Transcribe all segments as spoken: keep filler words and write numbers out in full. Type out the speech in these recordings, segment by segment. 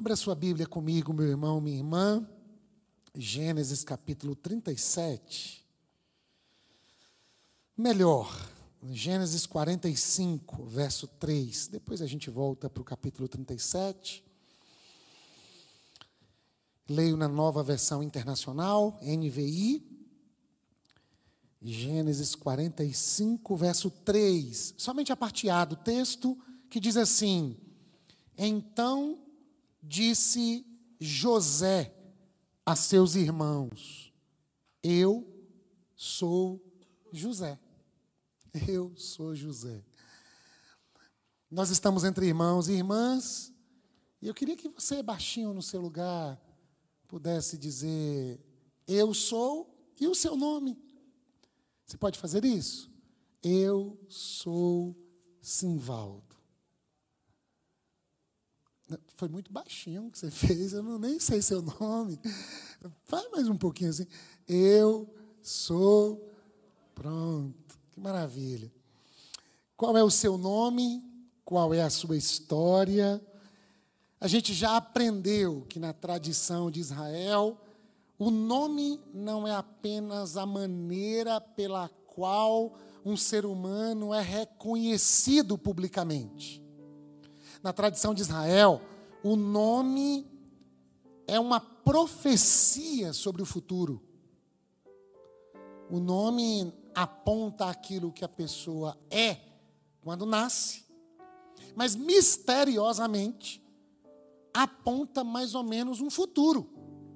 Abra sua Bíblia comigo, meu irmão, minha irmã. Gênesis capítulo trinta e sete. Melhor, Gênesis quarenta e cinco, verso três. Depois a gente volta para o capítulo trinta e sete. Leio na Nova Versão Internacional, N V I. Gênesis quarenta e cinco, verso três. Somente a parte A do texto, que diz assim: Então disse José a seus irmãos: Eu sou José. Eu sou José. Nós estamos entre irmãos e irmãs, e eu queria que você, baixinho no seu lugar, pudesse dizer: Eu sou, e o seu nome. Você pode fazer isso? Eu sou Simvaldo. Foi muito baixinho que você fez, eu não, nem sei seu nome. Faz mais um pouquinho assim. Eu sou. Pronto, que maravilha. Qual é o seu nome? Qual é a sua história? A gente já aprendeu que na tradição de Israel, o nome não é apenas a maneira pela qual um ser humano é reconhecido publicamente. Na tradição de Israel, o nome é uma profecia sobre o futuro. O nome aponta aquilo que a pessoa é quando nasce, mas misteriosamente aponta mais ou menos um futuro.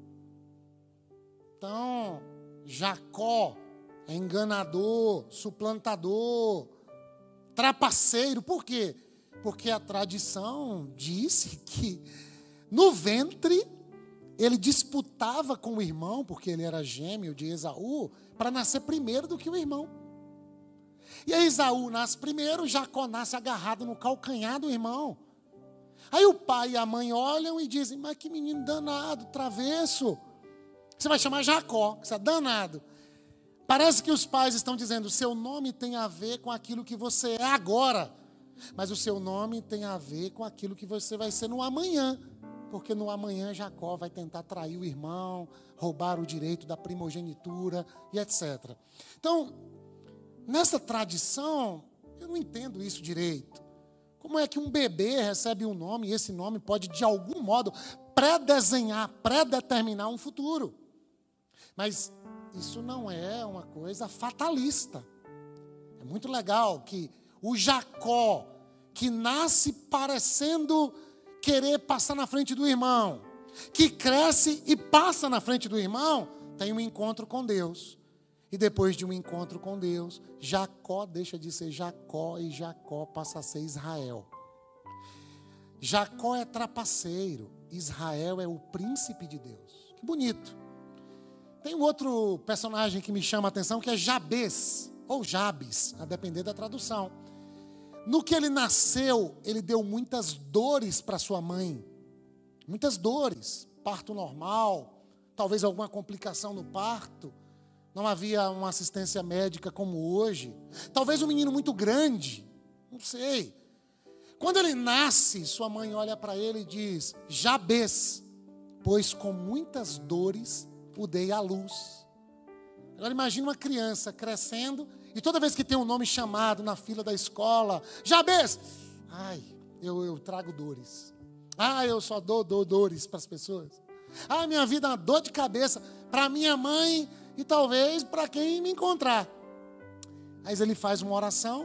Então, Jacó é enganador, suplantador, trapaceiro. Por quê? Porque a tradição disse que no ventre ele disputava com o irmão, porque ele era gêmeo de Esaú, para nascer primeiro do que o irmão. E aí Esaú nasce primeiro, Jacó nasce agarrado no calcanhar do irmão. Aí o pai e a mãe olham e dizem: mas que menino danado, travesso. Você vai chamar Jacó, que você é danado. Parece que os pais estão dizendo: seu nome tem a ver com aquilo que você é agora. Mas o seu nome tem a ver com aquilo que você vai ser no amanhã. Porque no amanhã Jacó vai tentar trair o irmão, roubar o direito da primogenitura e etcétera. Então, nessa tradição, eu não entendo isso direito. Como é que um bebê recebe um nome e esse nome pode, de algum modo, pré-desenhar, pré-determinar um futuro? Mas isso não é uma coisa fatalista. É muito legal que o Jacó, que nasce parecendo querer passar na frente do irmão, que cresce e passa na frente do irmão, tem um encontro com Deus. E depois de um encontro com Deus, Jacó deixa de ser Jacó e Jacó passa a ser Israel. Jacó é trapaceiro, Israel é o príncipe de Deus. Que bonito. Tem um outro personagem que me chama a atenção, que é Jabes, ou Jabes, a depender da tradução. No que ele nasceu, ele deu muitas dores para sua mãe. Muitas dores. Parto normal, talvez alguma complicação no parto. Não havia uma assistência médica como hoje. Talvez um menino muito grande, não sei. Quando ele nasce, sua mãe olha para ele e diz: Jabes, pois com muitas dores o dei à luz. Agora imagine uma criança crescendo e toda vez que tem um nome chamado na fila da escola: Jabes, ai, eu, eu trago dores. Ah, eu só dou, dou dores para as pessoas. Ah, minha vida é uma dor de cabeça para minha mãe e talvez para quem me encontrar. Aí ele faz uma oração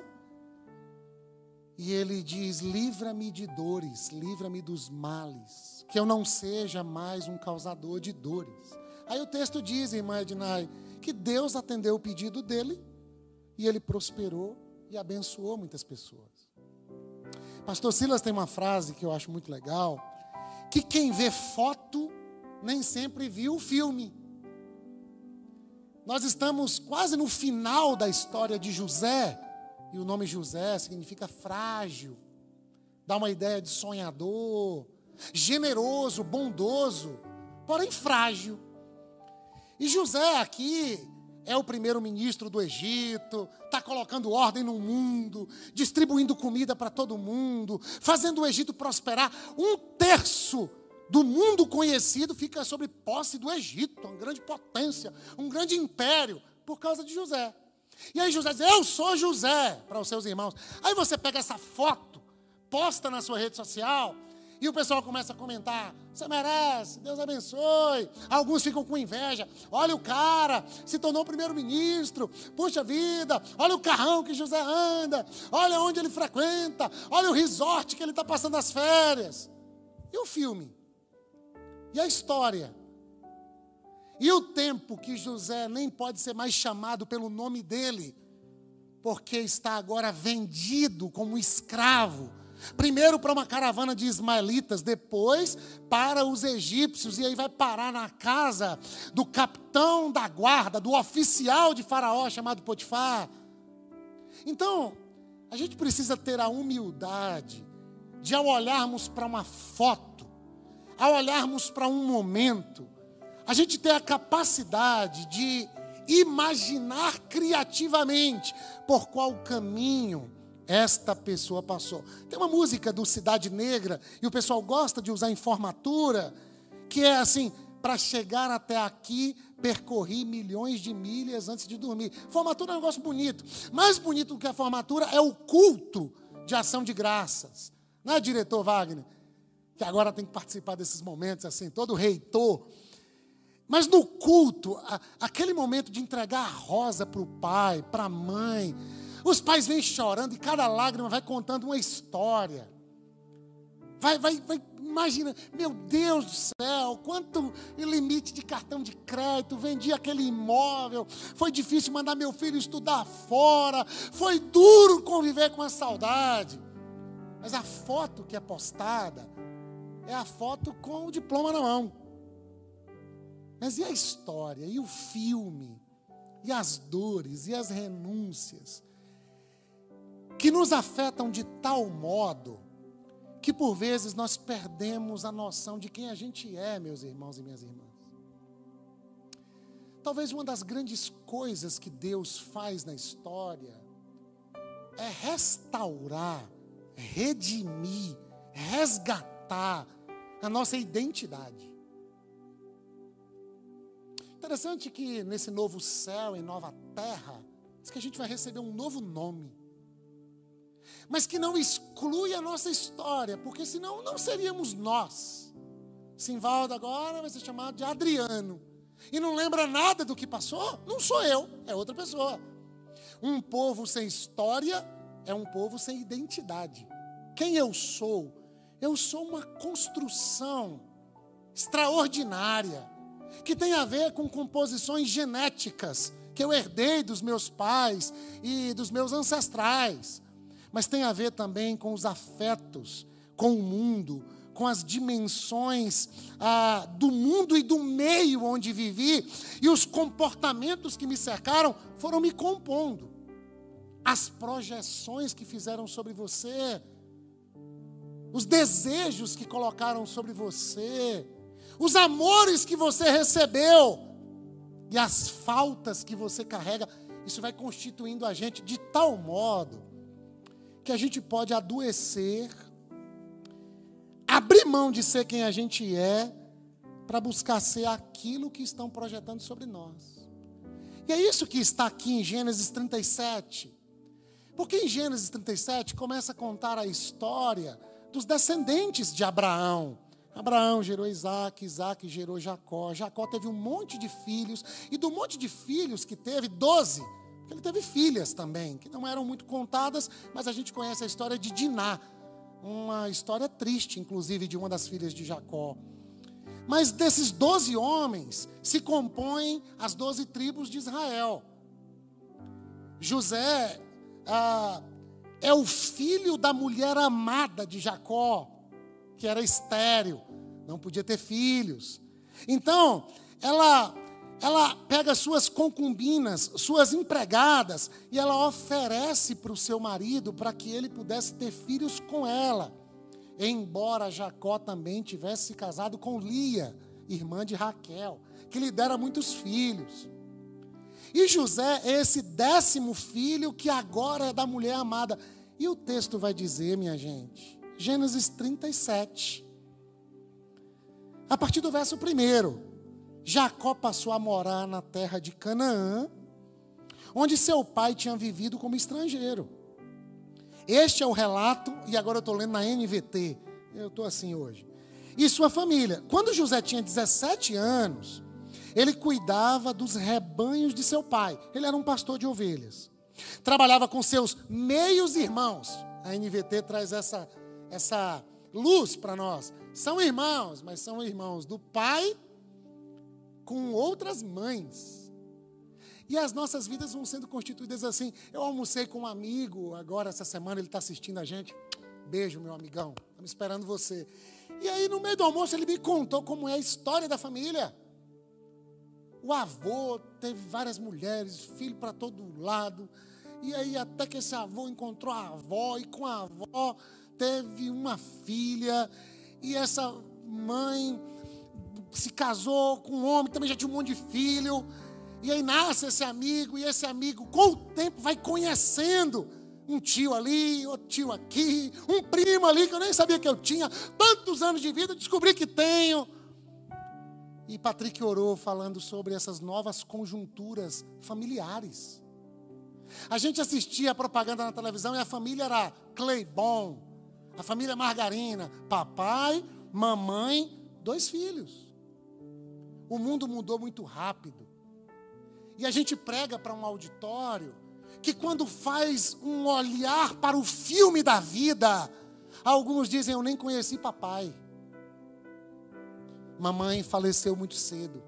e ele diz: livra-me de dores, livra-me dos males, que eu não seja mais um causador de dores. Aí o texto diz, irmã Ednai, que Deus atendeu o pedido dele e ele prosperou e abençoou muitas pessoas. Pastor Silas tem uma frase que eu acho muito legal, que quem vê foto nem sempre viu o filme. Nós estamos quase no final da história de José, e o nome José significa frágil, dá uma ideia de sonhador, generoso, bondoso, porém frágil. E José aqui é o primeiro ministro do Egito, está colocando ordem no mundo, distribuindo comida para todo mundo, fazendo o Egito prosperar. Um terço do mundo conhecido fica sob posse do Egito, uma grande potência, um grande império, por causa de José. E aí José diz, eu sou José, para os seus irmãos. Aí você pega essa foto, posta na sua rede social, e o pessoal começa a comentar, você merece, Deus abençoe. Alguns ficam com inveja, olha o cara, se tornou primeiro-ministro, puxa vida, olha o carrão que José anda, olha onde ele frequenta, olha o resort que ele está passando as férias. E o filme? E a história? E o tempo que José nem pode ser mais chamado pelo nome dele, porque está agora vendido como escravo, primeiro para uma caravana de ismaelitas, depois para os egípcios, e aí vai parar na casa do capitão da guarda, do oficial de Faraó, chamado Potifar. Então, a gente precisa ter a humildade de, ao olharmos para uma foto, ao olharmos para um momento, a gente ter a capacidade de imaginar criativamente por qual caminho esta pessoa passou. Tem uma música do Cidade Negra, e o pessoal gosta de usar em formatura, que é assim, para chegar até aqui, percorri milhões de milhas antes de dormir. Formatura é um negócio bonito. Mais bonito do que a formatura é o culto de ação de graças. Não é, diretor Wagner? Que agora tem que participar desses momentos, assim, todo reitor. Mas no culto, aquele momento de entregar a rosa para o pai, para a mãe, os pais vêm chorando e cada lágrima vai contando uma história. Vai, vai, vai, imagina, meu Deus do céu, quanto limite de cartão de crédito, vendi aquele imóvel, foi difícil mandar meu filho estudar fora, foi duro conviver com a saudade. Mas a foto que é postada é a foto com o diploma na mão. Mas e a história, e o filme, e as dores, e as renúncias, que nos afetam de tal modo, que por vezes nós perdemos a noção de quem a gente é, meus irmãos e minhas irmãs. Talvez uma das grandes coisas que Deus faz na história é restaurar, redimir, resgatar a nossa identidade. Interessante que nesse novo céu e nova terra, diz que a gente vai receber um novo nome. Mas que não exclui a nossa história, porque senão não seríamos nós. Simvaldo agora vai ser chamado de Adriano. E não lembra nada do que passou? Não sou eu, é outra pessoa. Um povo sem história é um povo sem identidade. Quem eu sou? Eu sou uma construção extraordinária, que tem a ver com composições genéticas que eu herdei dos meus pais e dos meus ancestrais, mas tem a ver também com os afetos, com o mundo, com as dimensões ah, do mundo e do meio onde vivi, e os comportamentos que me cercaram foram me compondo. As projeções que fizeram sobre você, os desejos que colocaram sobre você, os amores que você recebeu e as faltas que você carrega, isso vai constituindo a gente de tal modo que a gente pode adoecer, abrir mão de ser quem a gente é, para buscar ser aquilo que estão projetando sobre nós. E é isso que está aqui em Gênesis trinta e sete. Porque em Gênesis trinta e sete começa a contar a história dos descendentes de Abraão. Abraão gerou Isaac, Isaac gerou Jacó. Jacó teve um monte de filhos, e do monte de filhos que teve, doze, porque ele teve filhas também, que não eram muito contadas, mas a gente conhece a história de Diná, uma história triste, inclusive, de uma das filhas de Jacó. Mas desses doze homens se compõem as doze tribos de Israel. José ah, é o filho da mulher amada de Jacó, que era estéril, não podia ter filhos. Então, ela, ela pega suas concubinas, suas empregadas, e ela oferece para o seu marido para que ele pudesse ter filhos com ela. Embora Jacó também tivesse se casado com Lia, irmã de Raquel, que lhe dera muitos filhos. E José é esse décimo filho que agora é da mulher amada. E o texto vai dizer, minha gente, Gênesis trinta e sete, A partir do verso primeiro, Jacó passou a morar na terra de Canaã, onde seu pai tinha vivido como estrangeiro. Este é o relato, e agora eu estou lendo na N V T, eu estou assim hoje. E sua família. Quando José tinha dezessete anos, ele cuidava dos rebanhos de seu pai. Ele era um pastor de ovelhas. Trabalhava com seus meios irmãos. A N V T traz essa, essa luz para nós. São irmãos, mas são irmãos do pai com outras mães. E as nossas vidas vão sendo constituídas assim. Eu almocei com um amigo agora essa semana, ele está assistindo a gente. Beijo, meu amigão. Estamos esperando você. E aí, no meio do almoço, ele me contou como é a história da família. O avô teve várias mulheres, filho para todo lado. E aí, até que esse avô encontrou a avó, e com a avó teve uma filha. E essa mãe se casou com um homem, também já tinha um monte de filho. E aí nasce esse amigo, e esse amigo, com o tempo, vai conhecendo um tio ali, outro tio aqui, um primo ali, que eu nem sabia que eu tinha. Tantos anos de vida, descobri que tenho. E Patrick orou falando sobre essas novas conjunturas familiares. A gente assistia a propaganda na televisão e a família era Claybon, a família Margarina, papai, mamãe, dois filhos. O mundo mudou muito rápido. E a gente prega para um auditório que quando faz um olhar para o filme da vida, alguns dizem, eu nem conheci papai. Mamãe faleceu muito cedo.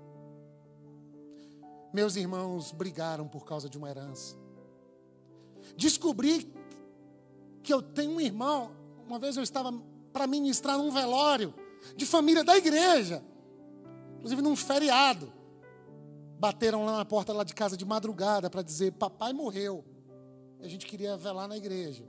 Meus irmãos brigaram por causa de uma herança. Descobri que eu tenho um irmão. Uma vez eu estava para ministrar num velório de família da igreja. Inclusive num feriado. Bateram lá na porta lá de casa de madrugada para dizer, papai morreu. E a gente queria velar na igreja.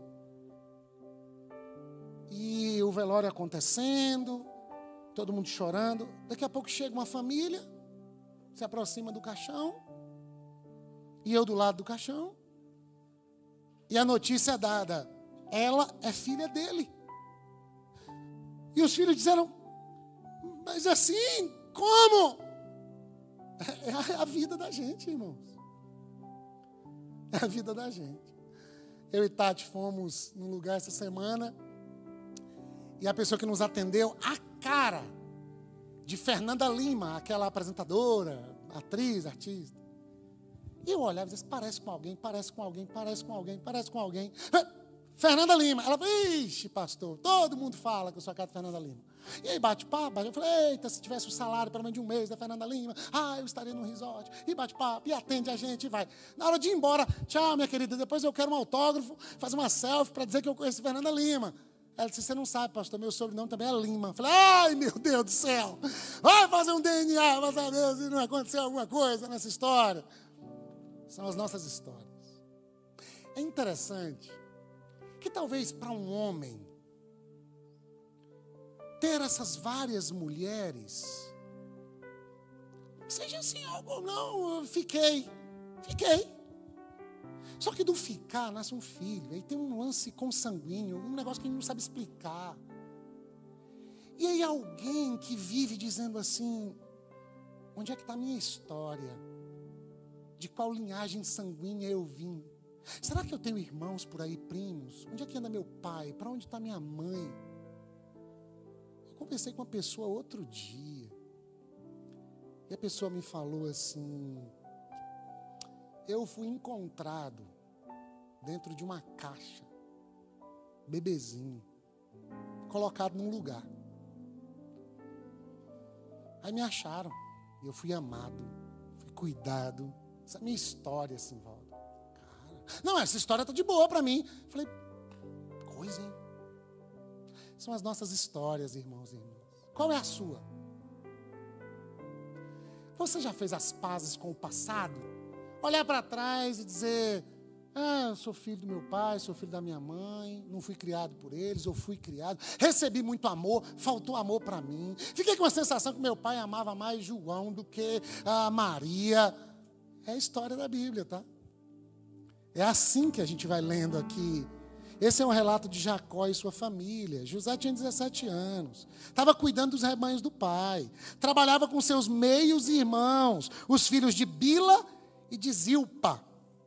E o velório acontecendo, todo mundo chorando. Daqui a pouco chega uma família, se aproxima do caixão, e eu do lado do caixão. E a notícia é dada, ela é filha dele. E os filhos disseram, mas assim, como? É a vida da gente, irmãos. É a vida da gente. Eu e Tati fomos num lugar essa semana, e a pessoa que nos atendeu, a cara de Fernanda Lima, aquela apresentadora, atriz, artista. E eu olhava e disse, parece com alguém, parece com alguém, parece com alguém, parece com alguém. Fernanda Lima. Ela falou, ixi, pastor, todo mundo fala que eu sou a cara de Fernanda Lima. E aí bate papo, eu falei, eita, se tivesse o salário pelo menos de um mês da Fernanda Lima, ah, eu estaria num resort. E bate papo, e atende a gente, e vai. Na hora de ir embora, tchau, minha querida, depois eu quero um autógrafo, fazer uma selfie para dizer que eu conheço Fernanda Lima. Ela disse, você não sabe, pastor, meu sobrenome também é Lima. Eu falei, ai, meu Deus do céu, vai fazer um D N A, para saber se não aconteceu alguma coisa nessa história. São as nossas histórias. É interessante que talvez para um homem ter essas várias mulheres seja assim algo, não, eu fiquei, fiquei. Só que do ficar nasce um filho, aí tem um lance consanguíneo, um negócio que a gente não sabe explicar. E aí alguém que vive dizendo assim, onde é que está a minha história? De qual linhagem sanguínea eu vim? Será que eu tenho irmãos por aí, primos? Onde é que anda meu pai? Para onde está minha mãe? Eu conversei com uma pessoa outro dia. E a pessoa me falou assim, eu fui encontrado dentro de uma caixa, bebezinho, colocado num lugar. Aí me acharam, e eu fui amado, fui cuidado. Essa é a minha história, assim, Valdo. Cara, não, essa história está de boa para mim. Falei, coisa, hein? São as nossas histórias, irmãos e irmãs. Qual é a sua? Você já fez as pazes com o passado? Olhar para trás e dizer, ah, eu sou filho do meu pai, sou filho da minha mãe, não fui criado por eles, ou fui criado, recebi muito amor, faltou amor para mim. Fiquei com a sensação que meu pai amava mais João do que a Maria. É a história da Bíblia, tá? É assim que a gente vai lendo aqui. Esse é um relato de Jacó e sua família. José tinha dezessete anos. Estava cuidando dos rebanhos do pai. Trabalhava com seus meios irmãos, os filhos de Bila e de Zilpa,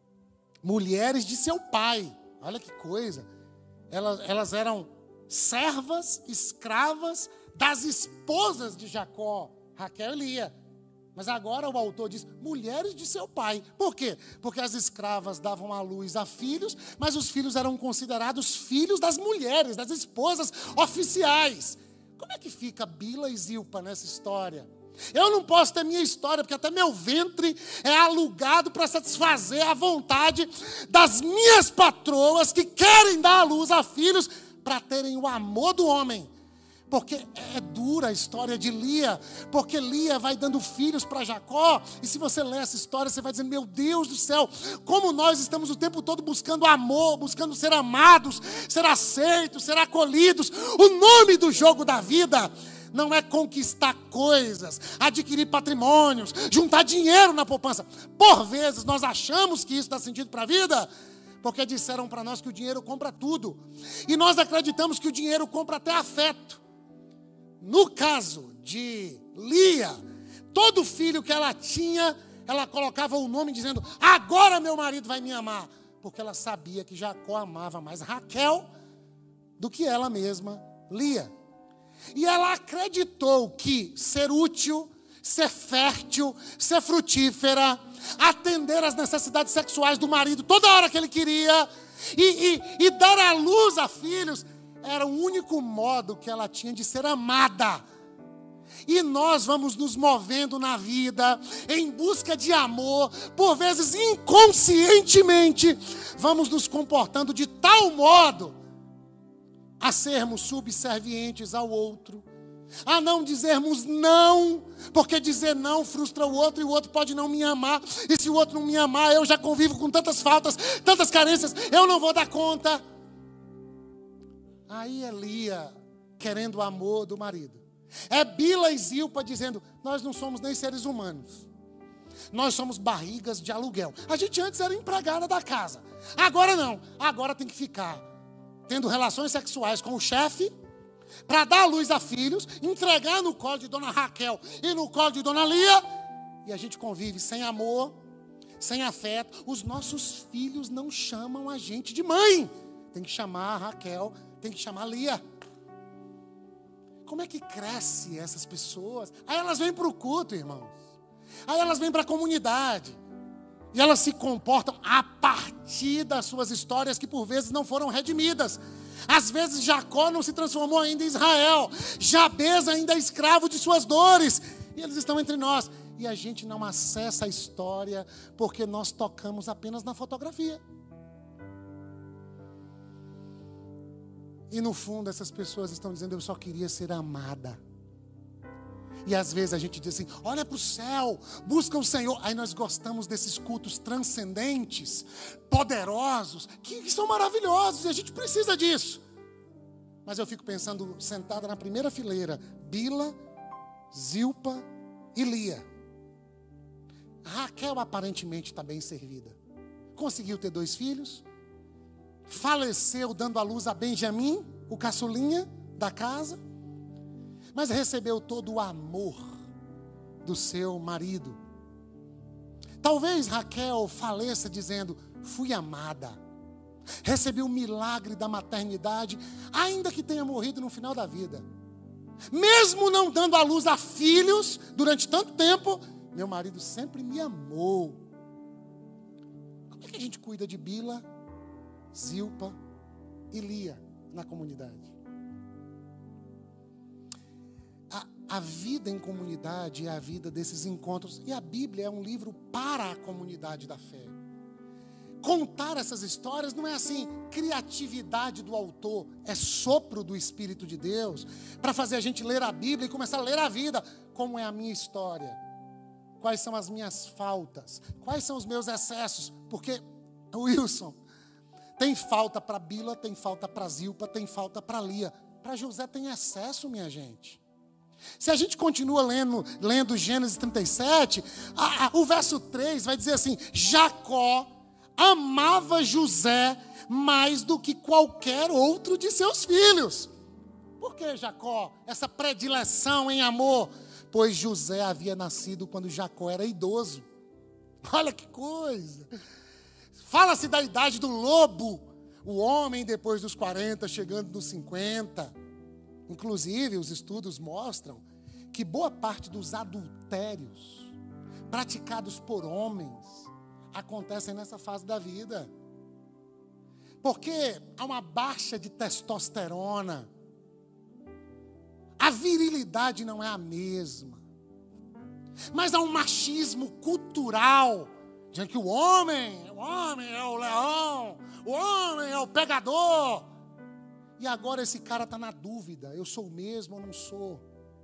mulheres de seu pai. Olha que coisa. Elas, elas eram servas, escravas das esposas de Jacó, Raquel e Lia. Mas agora o autor diz, mulheres de seu pai. Por quê? Porque as escravas davam à luz a filhos, mas os filhos eram considerados filhos das mulheres, das esposas oficiais. Como é que fica Bila e Zilpa nessa história? Eu não posso ter minha história, porque até meu ventre é alugado para satisfazer a vontade das minhas patroas que querem dar à luz a filhos para terem o amor do homem. Porque é dura a história de Lia, porque Lia vai dando filhos para Jacó, e se você ler essa história, você vai dizer, meu Deus do céu, como nós estamos o tempo todo buscando amor, buscando ser amados, ser aceitos, ser acolhidos. O nome do jogo da vida não é conquistar coisas, adquirir patrimônios, juntar dinheiro na poupança. Por vezes nós achamos que isso dá sentido para a vida, porque disseram para nós que o dinheiro compra tudo, e nós acreditamos que o dinheiro compra até afeto. No caso de Lia, todo filho que ela tinha, ela colocava o nome dizendo, agora meu marido vai me amar. Porque ela sabia que Jacó amava mais Raquel do que ela mesma, Lia. E ela acreditou que ser útil, ser fértil, ser frutífera, atender às necessidades sexuais do marido toda hora que ele queria, e, e, e dar à luz a filhos, era o único modo que ela tinha de ser amada. E nós vamos nos movendo na vida em busca de amor, por vezes inconscientemente, vamos nos comportando de tal modo a sermos subservientes ao outro, a não dizermos não, porque dizer não frustra o outro e o outro pode não me amar, e se o outro não me amar, eu já convivo com tantas faltas, tantas carências, eu não vou dar conta. Aí é Lia querendo o amor do marido. É Bila e Zilpa dizendo, nós não somos nem seres humanos. Nós somos barrigas de aluguel. A gente antes era empregada da casa. Agora não. Agora tem que ficar tendo relações sexuais com o chefe para dar à luz a filhos, entregar no colo de dona Raquel e no colo de dona Lia. E a gente convive sem amor, sem afeto. Os nossos filhos não chamam a gente de mãe. Tem que chamar a Raquel, tem que chamar a Lia. Como é que cresce essas pessoas? Aí elas vêm para o culto, irmãos. Aí elas vêm para a comunidade. E elas se comportam a partir das suas histórias que por vezes não foram redimidas. Às vezes Jacó não se transformou ainda em Israel. Jabez ainda é escravo de suas dores. E eles estão entre nós. E a gente não acessa a história porque nós tocamos apenas na fotografia. E no fundo essas pessoas estão dizendo, eu só queria ser amada. E às vezes a gente diz assim, olha para o céu, busca o Senhor. Aí nós gostamos desses cultos transcendentes, poderosos, que, que são maravilhosos, e a gente precisa disso. Mas eu fico pensando, sentada na primeira fileira, Bila, Zilpa e Lia. Raquel aparentemente está bem servida. Conseguiu ter dois filhos. Faleceu dando à luz a Benjamim, o caçulinha da casa. Mas recebeu todo o amor do seu marido. Talvez Raquel faleça dizendo, fui amada. Recebi o milagre da maternidade, ainda que tenha morrido no final da vida. Mesmo não dando à luz a filhos durante tanto tempo, meu marido sempre me amou. Como é que a gente cuida de Bila, Zilpa e Lia na comunidade? A, a vida em comunidade é a vida desses encontros. E a Bíblia é um livro para a comunidade da fé. Contar essas histórias não é assim, criatividade do autor, é sopro do Espírito de Deus para fazer a gente ler a Bíblia e começar a ler a vida. Como é a minha história? Quais são as minhas faltas? Quais são os meus excessos? Porque, Wilson, tem falta para Bila, tem falta para Zilpa, tem falta para Lia. Para José tem excesso, minha gente. Se a gente continua lendo, lendo Gênesis trinta e sete, a, a, o verso três vai dizer assim, Jacó amava José mais do que qualquer outro de seus filhos. Por que Jacó, essa predileção em amor? Pois José havia nascido quando Jacó era idoso. Olha que coisa. Fala-se da idade do lobo, o homem depois dos quarenta, chegando nos cinquenta. Inclusive, os estudos mostram que boa parte dos adultérios praticados por homens acontecem nessa fase da vida. Porque há uma baixa de testosterona. A virilidade não é a mesma. Mas há um machismo cultural, dizendo que o homem, o homem é o leão, o homem é o pegador. E agora esse cara está na dúvida, eu sou o mesmo ou não sou?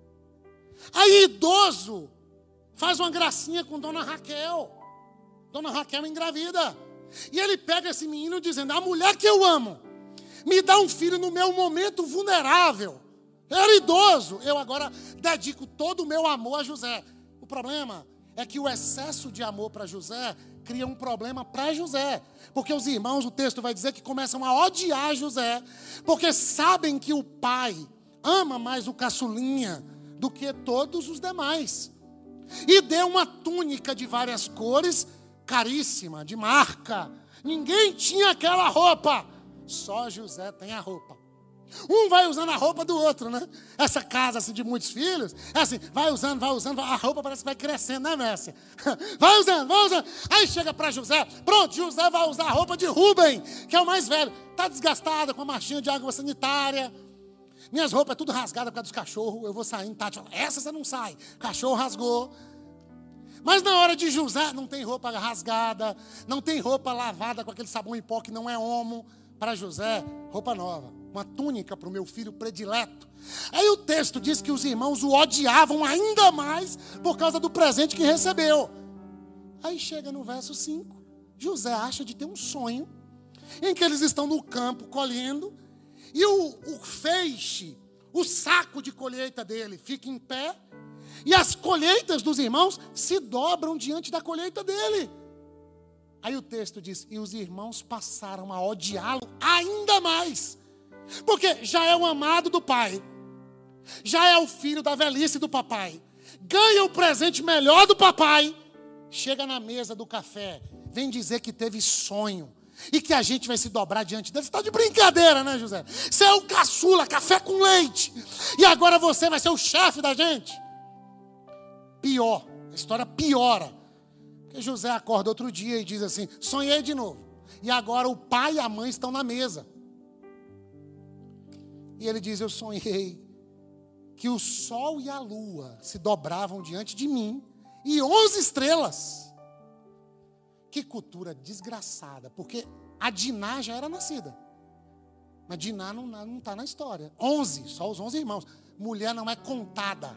Aí idoso faz uma gracinha com Dona Raquel. Dona Raquel engravida. E ele pega esse menino dizendo, a mulher que eu amo me dá um filho no meu momento vulnerável. Eu era idoso, eu agora dedico todo o meu amor a José. O problema é que o excesso de amor para José cria um problema para José. Porque os irmãos, o texto vai dizer que começam a odiar José, porque sabem que o pai ama mais o caçulinha do que todos os demais. E deu uma túnica de várias cores, caríssima, de marca. Ninguém tinha aquela roupa, só José tem a roupa. Um vai usando a roupa do outro, né? Essa casa assim, de muitos filhos, é assim, vai usando, vai usando, a roupa parece que vai crescendo, né, Mércia? Vai usando, vai usando. Aí chega para José, pronto, José vai usar a roupa de Rubem, que é o mais velho. Está desgastada, com a marchinha de água sanitária. Minhas roupas é tudo rasgada por causa dos cachorros. Eu vou saindo, Tati fala, essa você não sai. Cachorro rasgou. Mas na hora de José, não tem roupa rasgada, não tem roupa lavada com aquele sabão em pó que não é homo. Para José, roupa nova, uma túnica para o meu filho predileto. Aí o texto diz que os irmãos o odiavam ainda mais por causa do presente que recebeu. Aí chega no verso cinco, José acha de ter um sonho, em que eles estão no campo colhendo, e o, o feixe, o saco de colheita dele fica em pé, e as colheitas dos irmãos se dobram diante da colheita dele. Aí o texto diz, e os irmãos passaram a odiá-lo ainda mais. Porque já é o amado do pai, já é o filho da velhice do papai, ganha o presente melhor do papai, chega na mesa do café, vem dizer que teve sonho, e que a gente vai se dobrar diante dele. Você está de brincadeira, né, José? Você é o caçula, café com leite, e agora você vai ser o chefe da gente. Pior, a história piora. Porque José acorda outro dia e diz assim, sonhei de novo. E agora o pai e a mãe estão na mesa. E ele diz, eu sonhei que o sol e a lua se dobravam diante de mim e onze estrelas. Que cultura desgraçada, porque a Diná já era nascida. Mas Diná não está na história. Onze, só os onze irmãos. Mulher não é contada.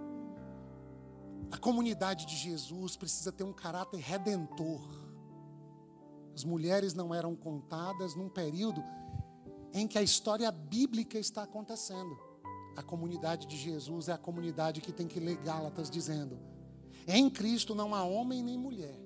A comunidade de Jesus precisa ter um caráter redentor. As mulheres não eram contadas num período em que a história bíblica está acontecendo. A comunidade de Jesus é a comunidade que tem que ler Gálatas dizendo, em Cristo não há homem nem mulher,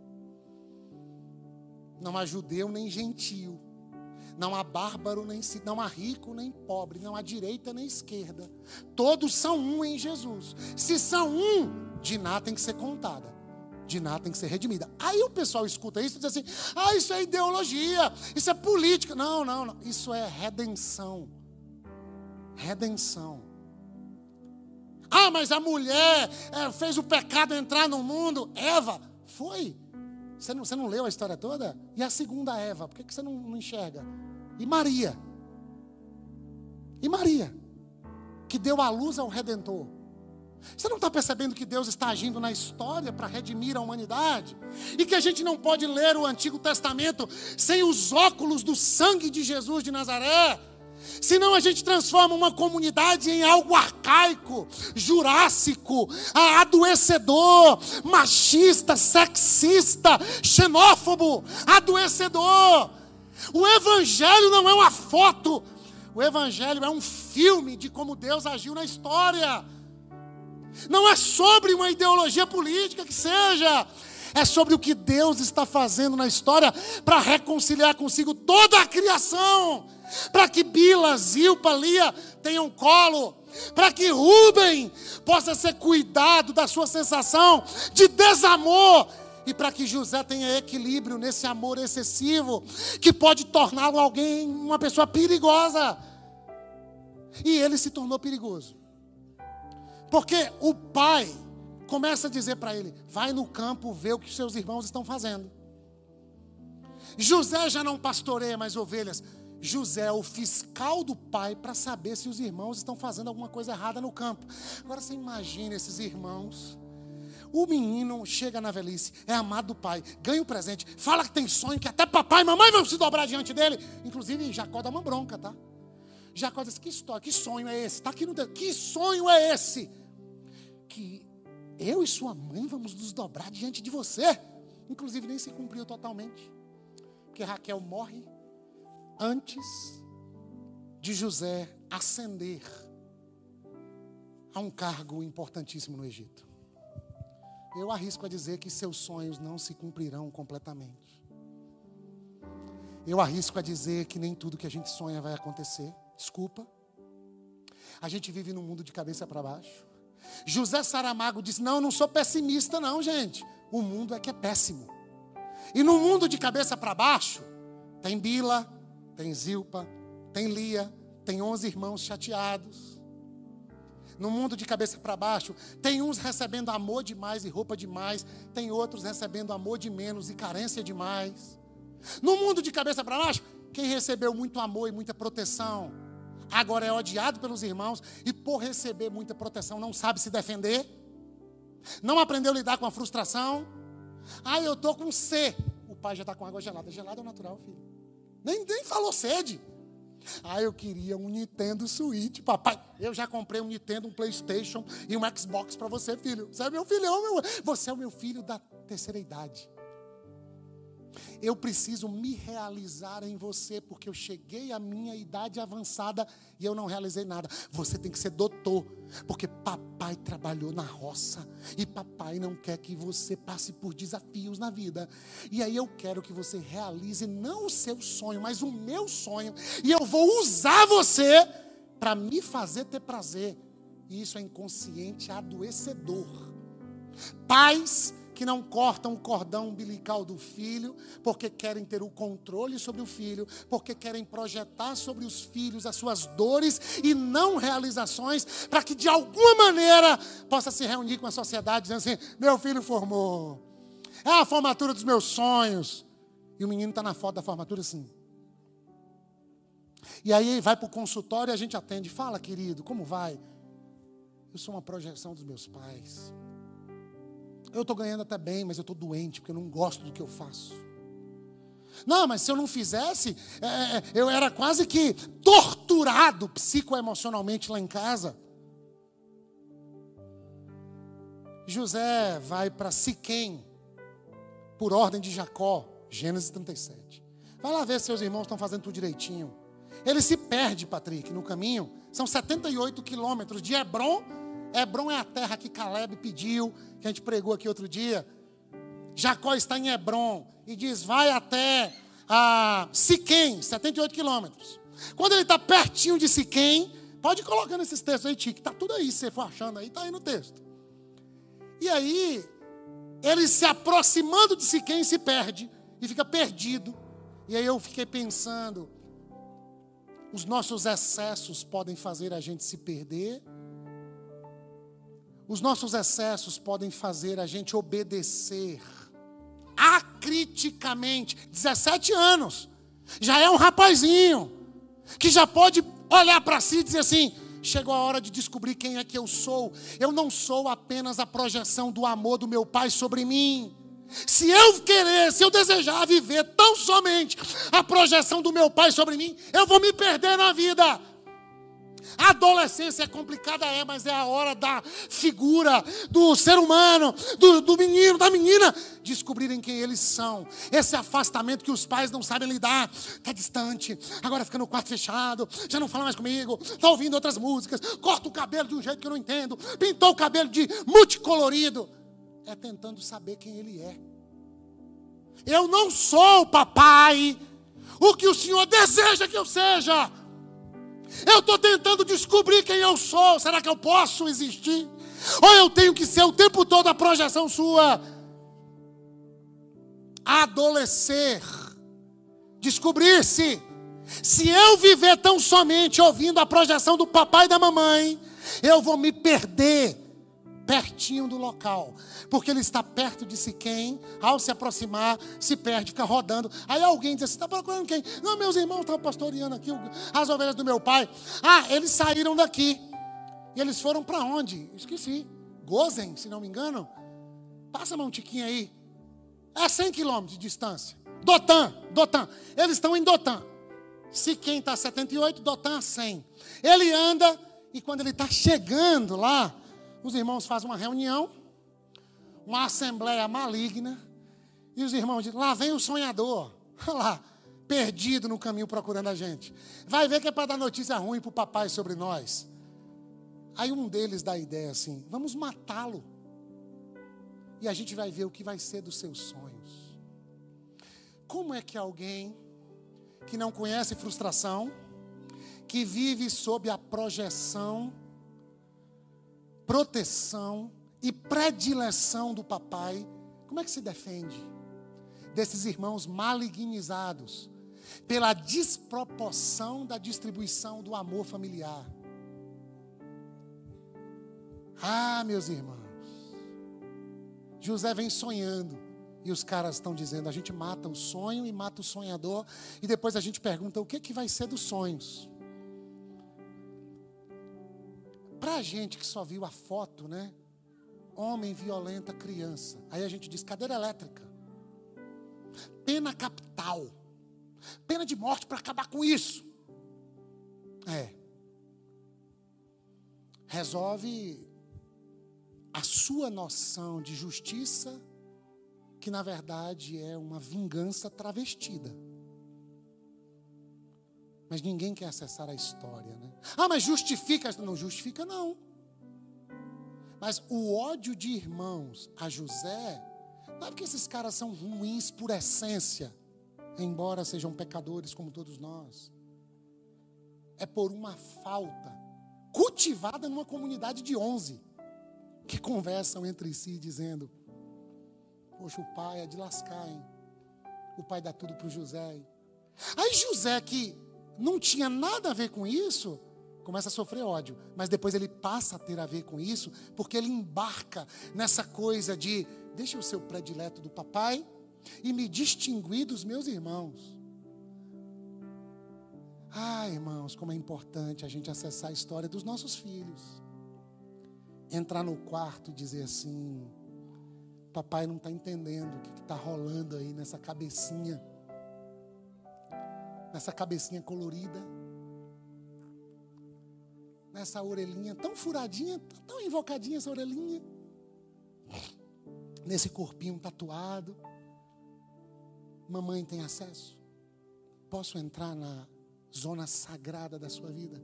não há judeu nem gentil, não há bárbaro, nem não há rico, nem pobre, não há direita, nem esquerda. Todos são um em Jesus. Se são um, Diná tem que ser contada. Diná tem que ser redimida. Aí o pessoal escuta isso e diz assim, ah, isso é ideologia, isso é política. Não, não, não. Isso é redenção. Redenção. Ah, mas a mulher é, fez o pecado entrar no mundo. Eva, foi. Você não, você não leu a história toda? E a segunda Eva, por que, que você não, não enxerga? E Maria? E Maria? Que deu à luz ao Redentor. Você não está percebendo que Deus está agindo na história para redimir a humanidade? E que a gente não pode ler o Antigo Testamento sem os óculos do sangue de Jesus de Nazaré? Senão a gente transforma uma comunidade em algo arcaico, jurássico, adoecedor, machista, sexista, xenófobo, adoecedor. O Evangelho não é uma foto. O Evangelho é um filme de como Deus agiu na história. Não é sobre uma ideologia política que seja. É sobre o que Deus está fazendo na história para reconciliar consigo toda a criação. Para que Bila, Zilpa, Lia tenham colo. Para que Rúben possa ser cuidado da sua sensação de desamor. E para que José tenha equilíbrio nesse amor excessivo, que pode torná-lo alguém, uma pessoa perigosa. E ele se tornou perigoso. Porque o pai começa a dizer para ele: vai no campo ver o que seus irmãos estão fazendo. José já não pastoreia mais ovelhas. José é o fiscal do pai para saber se os irmãos estão fazendo alguma coisa errada no campo. Agora você imagina esses irmãos. O menino chega na velhice, é amado do pai, ganha o presente, fala que tem sonho, que até papai e mamãe vão se dobrar diante dele. Inclusive Jacó dá uma bronca, tá? Jacó diz: que história, que sonho é esse? Está aqui no dedo. Que sonho é esse? Que eu e sua mãe vamos nos dobrar diante de você. Inclusive nem se cumpriu totalmente. Porque Raquel morre antes de José ascender a um cargo importantíssimo no Egito. Eu arrisco a dizer que seus sonhos não se cumprirão completamente. Eu arrisco a dizer que nem tudo que a gente sonha vai acontecer. Desculpa. A gente vive num mundo de cabeça para baixo. José Saramago disse: não, eu não sou pessimista não, gente. O mundo é que é péssimo. E no mundo de cabeça para baixo, tem Bila, tem Zilpa, tem Lia, tem onze irmãos chateados. No mundo de cabeça para baixo, tem uns recebendo amor demais e roupa demais, tem outros recebendo amor de menos e carência demais. No mundo de cabeça para baixo, quem recebeu muito amor e muita proteção, agora é odiado pelos irmãos e por receber muita proteção não sabe se defender, não aprendeu a lidar com a frustração. Ah, eu estou com C. O pai já está com água gelada. Gelada é o natural, filho. Nem, nem falou sede. Ah, eu queria um Nintendo Switch, papai. Eu já comprei um Nintendo, um PlayStation e um Xbox para você, filho. Você é meu filhão, meu. Você é o meu filho da terceira idade. Eu preciso me realizar em você, porque eu cheguei à minha idade avançada e eu não realizei nada. Você tem que ser doutor, porque papai trabalhou na roça e papai não quer que você passe por desafios na vida. E aí eu quero que você realize não o seu sonho, mas o meu sonho. E eu vou usar você para me fazer ter prazer. E isso é inconsciente adoecedor. Pais que não cortam o cordão umbilical do filho, porque querem ter o controle sobre o filho, porque querem projetar sobre os filhos as suas dores e não realizações, para que de alguma maneira possa se reunir com a sociedade, dizendo assim: meu filho formou, é a formatura dos meus sonhos. E o menino está na foto da formatura assim. E aí vai para o consultório e a gente atende: fala, querido, como vai? Eu sou uma projeção dos meus pais. Eu estou ganhando até bem, mas eu estou doente, porque eu não gosto do que eu faço. Não, mas se eu não fizesse, é, eu era quase que torturado psicoemocionalmente lá em casa. José vai para Siquém, por ordem de Jacó, Gênesis trinta e sete. Vai lá ver se seus irmãos estão fazendo tudo direitinho. Ele se perde, Patrick, no caminho. São setenta e oito quilômetros de Hebrom. Hebrom é a terra que Caleb pediu, que a gente pregou aqui outro dia. Jacó está em Hebrom e diz: vai até a Siquém, setenta e oito quilômetros. Quando ele está pertinho de Siquém, pode ir colocando esses textos aí, Tique, está tudo aí, se você for achando aí, está aí no texto. E aí, ele se aproximando de Siquém se perde e fica perdido. E aí eu fiquei pensando, os nossos excessos podem fazer a gente se perder. Os nossos excessos podem fazer a gente obedecer acriticamente. dezessete anos, já é um rapazinho, que já pode olhar para si e dizer assim: chegou a hora de descobrir quem é que eu sou. Eu não sou apenas a projeção do amor do meu pai sobre mim. Se eu querer, se eu desejar viver tão somente a projeção do meu pai sobre mim, eu vou me perder na vida. A adolescência é complicada, é, mas é a hora da figura, do ser humano, do, do menino, da menina, descobrirem quem eles são. Esse afastamento que os pais não sabem lidar, está distante, agora fica no quarto fechado, já não fala mais comigo, está ouvindo outras músicas, corta o cabelo de um jeito que eu não entendo, pintou o cabelo de multicolorido. É tentando saber quem ele é. Eu não sou, papai, o que o Senhor deseja que eu seja. Eu estou tentando descobrir quem eu sou. Será que eu posso existir? Ou eu tenho que ser o tempo todo a projeção sua? Adolescer, descobrir-se. Se eu viver tão somente ouvindo a projeção do papai e da mamãe, eu vou me perder pertinho do local. Porque ele está perto de si quem, ao se aproximar, se perde, fica rodando. Aí alguém diz assim, está procurando quem? Não, meus irmãos estavam pastoreando aqui as ovelhas do meu pai. Ah, eles saíram daqui. E eles foram para onde? Esqueci. Gozen, se não me engano. Passa-me um tiquinho aí. É cem quilômetros de distância. Dotan, Dotan. Eles estão em Dotan. Siquém está a setenta e oito, Dotan a cem. Ele anda e quando ele está chegando lá, os irmãos fazem uma reunião, uma assembleia maligna, e os irmãos dizem, lá vem o sonhador, olha lá, perdido no caminho procurando a gente. Vai ver que é para dar notícia ruim para o papai sobre nós. Aí um deles dá a ideia assim, vamos matá-lo. E a gente vai ver o que vai ser dos seus sonhos. Como é que alguém que não conhece frustração, que vive sob a projeção, proteção e predileção do papai, como é que se defende desses irmãos malignizados pela desproporção da distribuição do amor familiar? Ah, meus irmãos, José vem sonhando e os caras estão dizendo, a gente mata o sonho e mata o sonhador e depois a gente pergunta o que, que vai ser dos sonhos. Para a gente que só viu a foto, né? Homem violenta criança. Aí a gente diz, cadeira elétrica. Pena capital. Pena de morte para acabar com isso. É. Resolve a sua noção de justiça, que na verdade é uma vingança travestida. Mas ninguém quer acessar a história, né? Ah, mas justifica. Não justifica, não. Mas o ódio de irmãos a José, não é porque esses caras são ruins por essência, embora sejam pecadores como todos nós. É por uma falta cultivada numa comunidade de onze, que conversam entre si dizendo, poxa, o pai é de lascar, hein? O pai dá tudo para o José. Hein? Aí José, que não tinha nada a ver com isso, começa a sofrer ódio. Mas depois ele passa a ter a ver com isso, porque ele embarca nessa coisa de, deixa eu ser o predileto do papai e me distinguir dos meus irmãos. Ah, irmãos, como é importante a gente acessar a história dos nossos filhos. Entrar no quarto e dizer assim, papai não está entendendo o que está rolando aí nessa cabecinha. Nessa cabecinha colorida. Nessa orelhinha tão furadinha, tão invocadinha essa orelhinha. Nesse corpinho tatuado. Mamãe tem acesso? Posso entrar na zona sagrada da sua vida?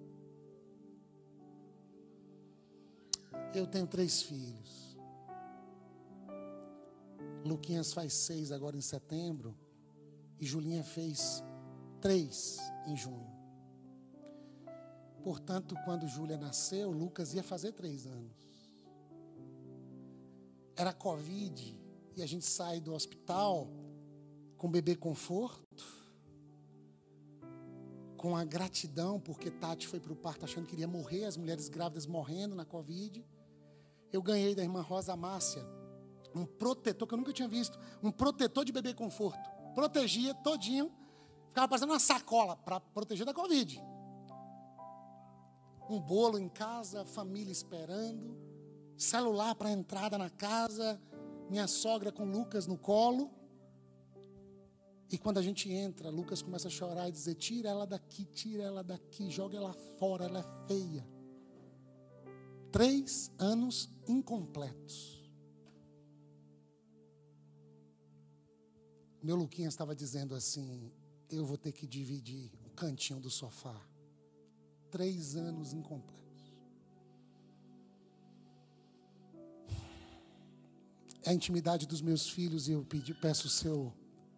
Eu tenho três filhos. Luquinhas faz seis agora em setembro. E Julinha fez três em junho. Portanto, quando Júlia nasceu, Lucas ia fazer três anos. Era Covid. E a gente sai do hospital com bebê conforto. Com a gratidão, porque Tati foi para o parto achando que iria morrer. As mulheres grávidas morrendo na Covid. Eu ganhei da irmã Rosa Márcia um protetor que eu nunca tinha visto. Um protetor de bebê conforto. Protegia todinho. Ficava parecendo uma sacola para proteger da Covid. Um bolo em casa, família esperando. Celular para entrada na casa. Minha sogra com Lucas no colo. E quando a gente entra, Lucas começa a chorar e dizer, tira ela daqui, tira ela daqui, joga ela fora, ela é feia. Três anos incompletos. Meu Luquinhas estava dizendo assim, eu vou ter que dividir o cantinho do sofá. Três anos incompletos. É a intimidade dos meus filhos e eu pedi, peço o seu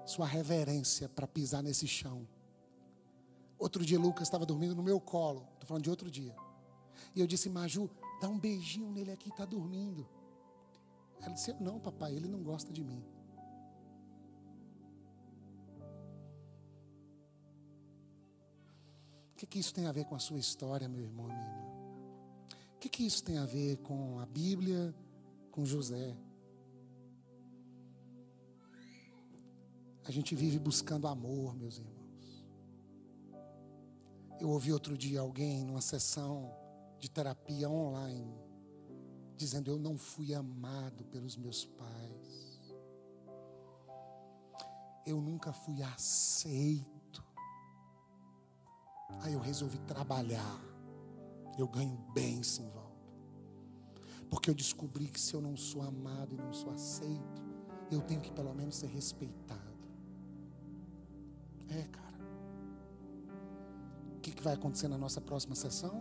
sua reverência para pisar nesse chão. Outro dia, Lucas estava dormindo no meu colo. Estou falando de outro dia. E eu disse, Maju, dá um beijinho nele aqui, está dormindo. Ela disse, não, papai, ele não gosta de mim. O que, que isso tem a ver com a sua história, meu irmão, minha irmã? O que, que isso tem a ver com a Bíblia, com José? A gente vive buscando amor, meus irmãos. Eu ouvi outro dia alguém numa sessão de terapia online, dizendo, eu não fui amado pelos meus pais. Eu nunca fui aceito. Aí eu resolvi trabalhar. Eu ganho bem sim, em volta. Porque eu descobri que se eu não sou amado e não sou aceito, eu tenho que pelo menos ser respeitado. É, cara. O que, que vai acontecer na nossa próxima sessão?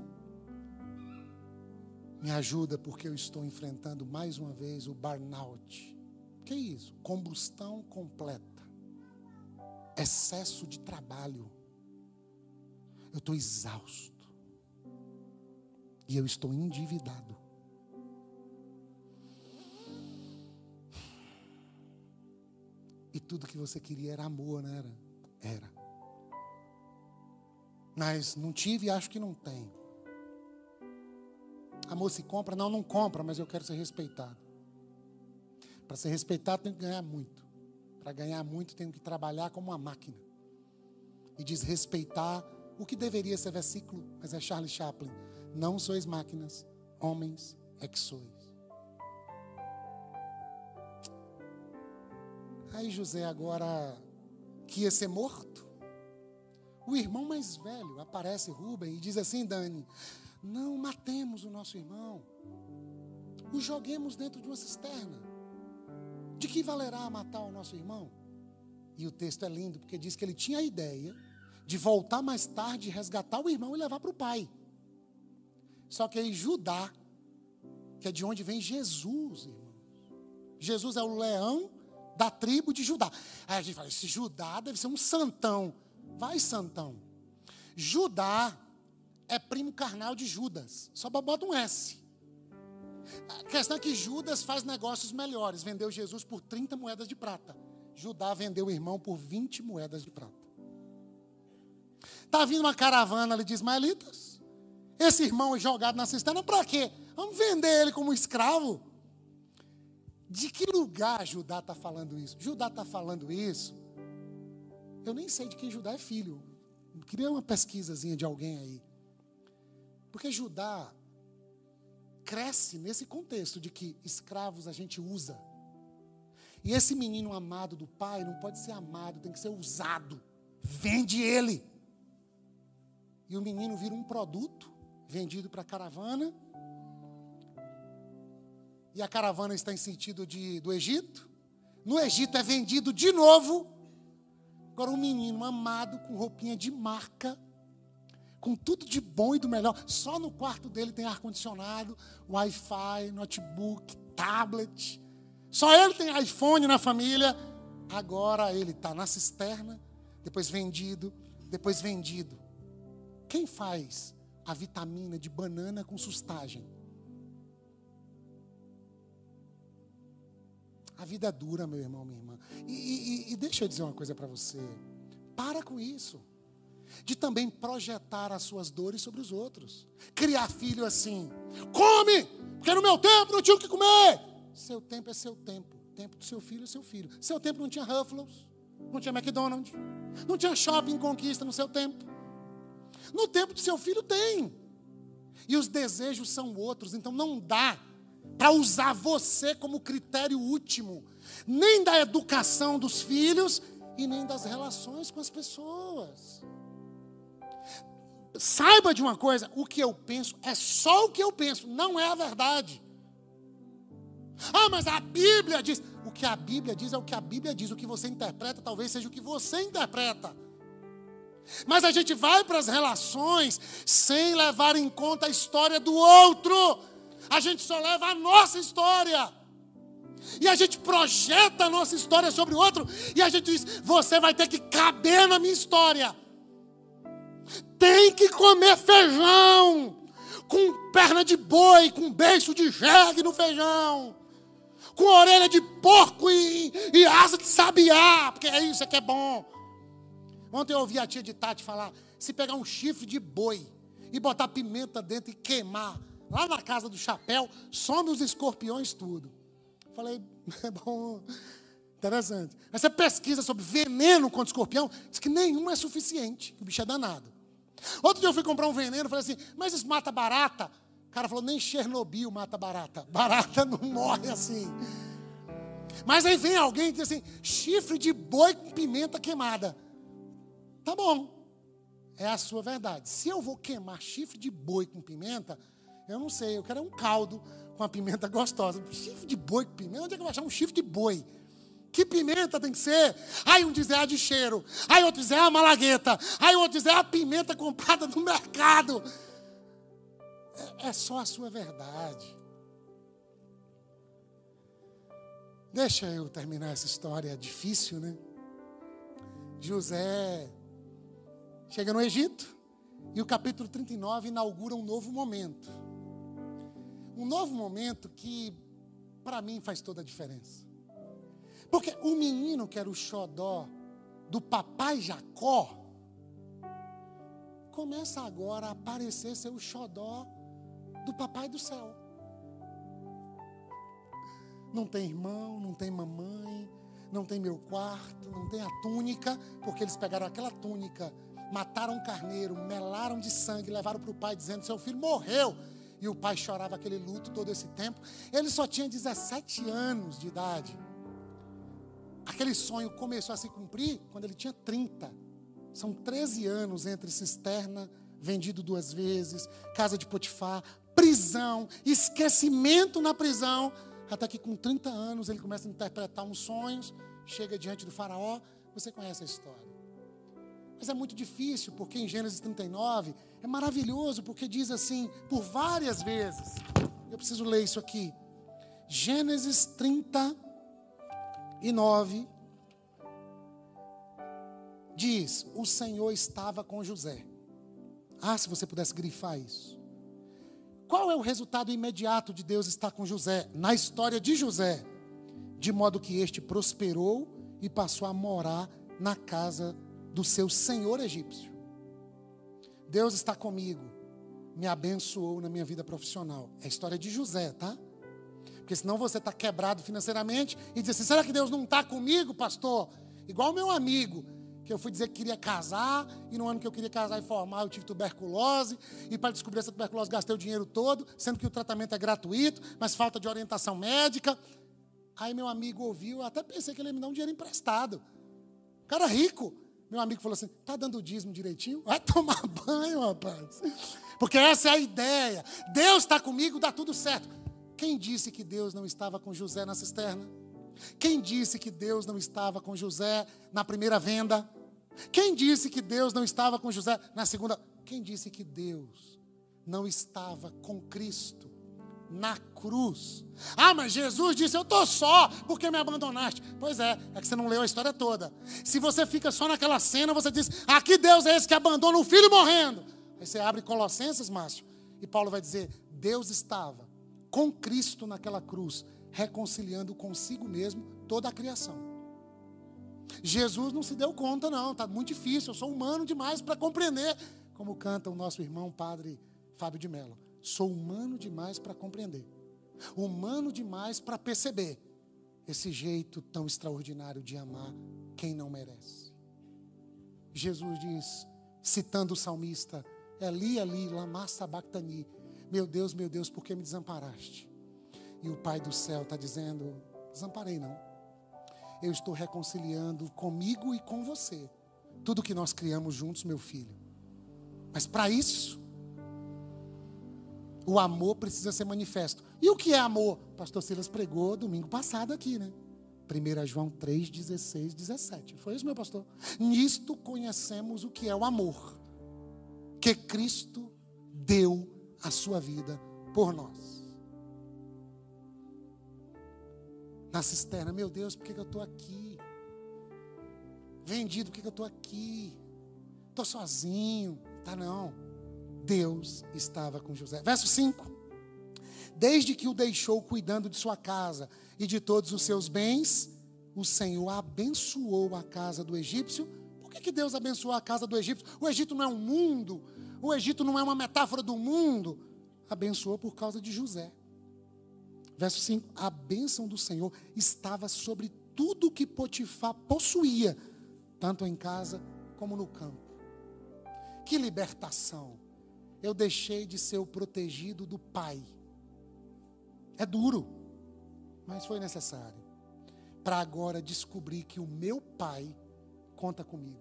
Me ajuda, porque eu estou enfrentando mais uma vez o burnout. O que é isso? Combustão completa. Excesso de trabalho. Eu estou exausto. E eu estou endividado. E tudo que você queria era amor, não era? Era. Mas não tive e acho que não tenho. Amor se compra? Não, não compra, mas eu quero ser respeitado. Para ser respeitado, tenho que ganhar muito. Para ganhar muito, tenho que trabalhar como uma máquina. E desrespeitar o que deveria ser versículo, mas é Charles Chaplin. Não sois máquinas, homens é que sois. Aí José agora, que ia ser morto, o irmão mais velho, aparece Rúben e diz assim, Dani, não matemos o nosso irmão, o joguemos dentro de uma cisterna. De que valerá matar o nosso irmão? E o texto é lindo, porque diz que ele tinha a ideia de voltar mais tarde, resgatar o irmão e levar para o pai. Só que aí Judá, que é de onde vem Jesus, irmãos. Jesus é o leão da tribo de Judá. Aí a gente fala, esse Judá deve ser um santão. Vai, santão. Judá é primo carnal de Judas. Só bota um S. A questão é que Judas faz negócios melhores. Vendeu Jesus por trinta moedas de prata. Judá vendeu o irmão por vinte moedas de prata. Está vindo uma caravana ali de ismaelitas. Esse irmão é jogado na cisterna para quê? Vamos vender ele como escravo. De que lugar Judá está falando isso? Judá está falando isso. Eu nem sei de quem Judá é filho. Eu queria uma pesquisazinha de alguém aí. Porque Judá cresce nesse contexto de que escravos a gente usa. E esse menino amado do pai não pode ser amado, tem que ser usado. Vende ele. E o menino vira um produto vendido para a caravana. E a caravana está em sentido de, do Egito. No Egito é vendido de novo. Agora um menino amado com roupinha de marca, com tudo de bom e do melhor. Só no quarto dele tem ar-condicionado, Wi-Fi, notebook, tablet. Só ele tem iPhone na família. Agora ele está na cisterna, depois vendido, depois vendido. Quem faz a vitamina de banana com sustagem? A vida é dura, meu irmão, minha irmã. E, e, e deixa eu dizer uma coisa para você. Para com isso. De também projetar as suas dores sobre os outros. Criar filho assim. Come! Porque no meu tempo não tinha o que comer. Seu tempo é seu tempo. O tempo do seu filho é seu filho. Seu tempo não tinha Ruffles. Não tinha McDonald's. Não tinha shopping Conquista no seu tempo. No tempo do seu filho tem. E os desejos são outros. Então não dá para usar você como critério último, nem da educação dos filhos e nem das relações com as pessoas. Saiba de uma coisa, o que eu penso é só o que eu penso, não é a verdade. Ah, mas a Bíblia diz. O que a Bíblia diz é o que a Bíblia diz. O que você interpreta talvez seja o que você interpreta. Mas a gente vai para as relações sem levar em conta a história do outro. A gente só leva a nossa história. E a gente projeta a nossa história sobre o outro. E a gente diz, você vai ter que caber na minha história. Tem que comer feijão. Com perna de boi, com beiço de jegue no feijão. Com orelha de porco e, e asa de sabiá. Porque é isso que é bom. Ontem eu ouvi a tia de Tati falar, se pegar um chifre de boi e botar pimenta dentro e queimar, lá na casa do chapéu, some os escorpiões tudo. Falei, é bom, interessante. Aí você pesquisa sobre veneno contra escorpião, diz que nenhum é suficiente, que o bicho é danado. Outro dia eu fui comprar um veneno, falei assim, mas isso mata barata? O cara falou, nem Chernobyl mata barata. Barata não morre assim. Mas aí vem alguém e diz assim, chifre de boi com pimenta queimada. Tá bom, é a sua verdade. Se eu vou queimar chifre de boi com pimenta, eu não sei, eu quero um caldo com a pimenta gostosa. Chifre de boi com pimenta? Onde é que eu vou achar um chifre de boi? Que pimenta tem que ser? Aí um diz é a de cheiro. Aí outro diz é a malagueta. Aí outro diz é a pimenta comprada no mercado. É, é só a sua verdade. Deixa eu terminar essa história, é difícil, né? José chega no Egito e o capítulo trinta e nove inaugura um novo momento. Um novo momento que, para mim, faz toda a diferença. Porque o menino que era o xodó do papai Jacó, começa agora a aparecer ser o xodó do papai do céu. Não tem irmão, não tem mamãe, não tem meu quarto, não tem a túnica, porque eles pegaram aquela túnica, mataram um carneiro, melaram de sangue, levaram para o pai dizendo, seu filho morreu. E o pai chorava aquele luto todo esse tempo. Ele só tinha dezessete anos de idade. Aquele sonho começou a se cumprir quando ele tinha trinta. São treze anos entre cisterna, vendido duas vezes, casa de Potifar, prisão, esquecimento na prisão, até que com trinta anos ele começa a interpretar uns sonhos, chega diante do faraó. Você conhece a história. Mas é muito difícil, porque em Gênesis trinta e nove, é maravilhoso, porque diz assim, por várias vezes, eu preciso ler isso aqui, Gênesis trinta e nove, diz, o Senhor estava com José. Ah, se você pudesse grifar isso. Qual é o resultado imediato de Deus estar com José? Na história de José, de modo que este prosperou e passou a morar na casa do seu senhor egípcio. Deus está comigo, me abençoou na minha vida profissional. É a história de José, tá? Porque senão você está quebrado financeiramente e diz assim, será que Deus não está comigo, pastor? Igual o meu amigo, que eu fui dizer que queria casar, e no ano que eu queria casar e formar, eu tive tuberculose, e para descobrir essa tuberculose gastei o dinheiro todo, sendo que o tratamento é gratuito, mas falta de orientação médica. Aí meu amigo ouviu, eu até pensei que ele ia me dar um dinheiro emprestado. Cara rico. Meu amigo falou assim, tá dando o dízimo direitinho? Vai tomar banho, rapaz. Porque essa é a ideia. Deus está comigo, dá tudo certo. Quem disse que Deus não estava com José na cisterna? Quem disse que Deus não estava com José na primeira venda? Quem disse que Deus não estava com José na segunda? Quem disse que Deus não estava com Cristo na cruz? Ah, mas Jesus disse, eu estou só, porque me abandonaste. Pois é, é que você não leu a história toda. Se você fica só naquela cena, você diz, ah, que Deus é esse que abandona um filho morrendo? Aí você abre Colossenses, Márcio, e Paulo vai dizer, Deus estava com Cristo naquela cruz, reconciliando consigo mesmo toda a criação. Jesus não se deu conta não, está muito difícil, eu sou humano demais para compreender, como canta o nosso irmão padre Fábio de Mello. Sou humano demais para compreender, humano demais para perceber esse jeito tão extraordinário de amar quem não merece. Jesus diz, citando o salmista, Eli, Eli, lama sabachthani, meu Deus, meu Deus, por que me desamparaste? E o Pai do céu está dizendo, desamparei não. Eu estou reconciliando comigo e com você tudo que nós criamos juntos, meu filho. Mas para isso, o amor precisa ser manifesto. E o que é amor? O pastor Silas pregou domingo passado aqui, né? primeira João três, dezesseis, dezessete. Foi isso, meu pastor? Nisto conhecemos o que é o amor. Que Cristo deu a sua vida por nós. na cisterna. Meu Deus, por que que eu estou aqui? Vendido, por que que eu estou aqui? Estou sozinho. Tá não. Deus estava com José. Verso cinco. Desde que o deixou cuidando de sua casa e de todos os seus bens, o Senhor abençoou a casa do egípcio. Por que que Deus abençoou a casa do egípcio? O Egito não é um mundo. O Egito não é uma metáfora do mundo. Abençoou por causa de José. Verso cinco. A bênção do Senhor estava sobre tudo que Potifar possuía, tanto em casa como no campo. Que libertação. Eu deixei de ser o protegido do pai. É duro, mas foi necessário. Para agora descobrir que o meu pai conta comigo.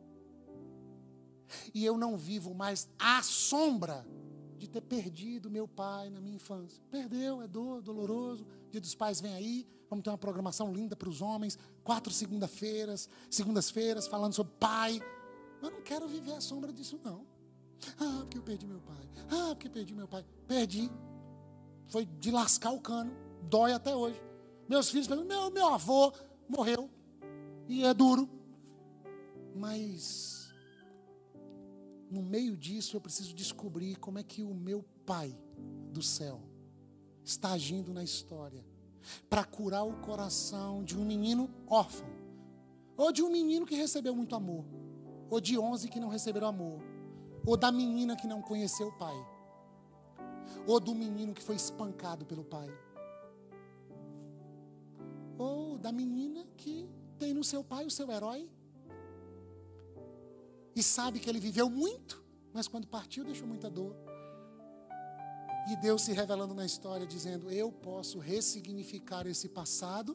E eu não vivo mais à sombra de ter perdido meu pai na minha infância. Perdeu, é dor, doloroso. Dia dos Pais vem aí. Vamos ter uma programação linda para os homens. Quatro segunda-feiras, segundas-feiras, falando sobre pai. Mas eu não quero viver à sombra disso, não. Ah, porque eu perdi meu pai. Ah, porque eu perdi meu pai. Perdi. Foi de lascar o cano. Dói até hoje. Meus filhos perguntam, meu, meu avô morreu. E é duro. Mas, no meio disso, eu preciso descobrir como é que o meu pai do céu está agindo na história. Para curar o coração de um menino órfão. Ou de um menino que recebeu muito amor. Ou de onze que não receberam amor. Ou da menina que não conheceu o pai. Ou do menino que foi espancado pelo pai. Ou da menina que tem no seu pai o seu herói. E sabe que ele viveu muito, mas quando partiu deixou muita dor. E Deus se revelando na história, dizendo, eu posso ressignificar esse passado,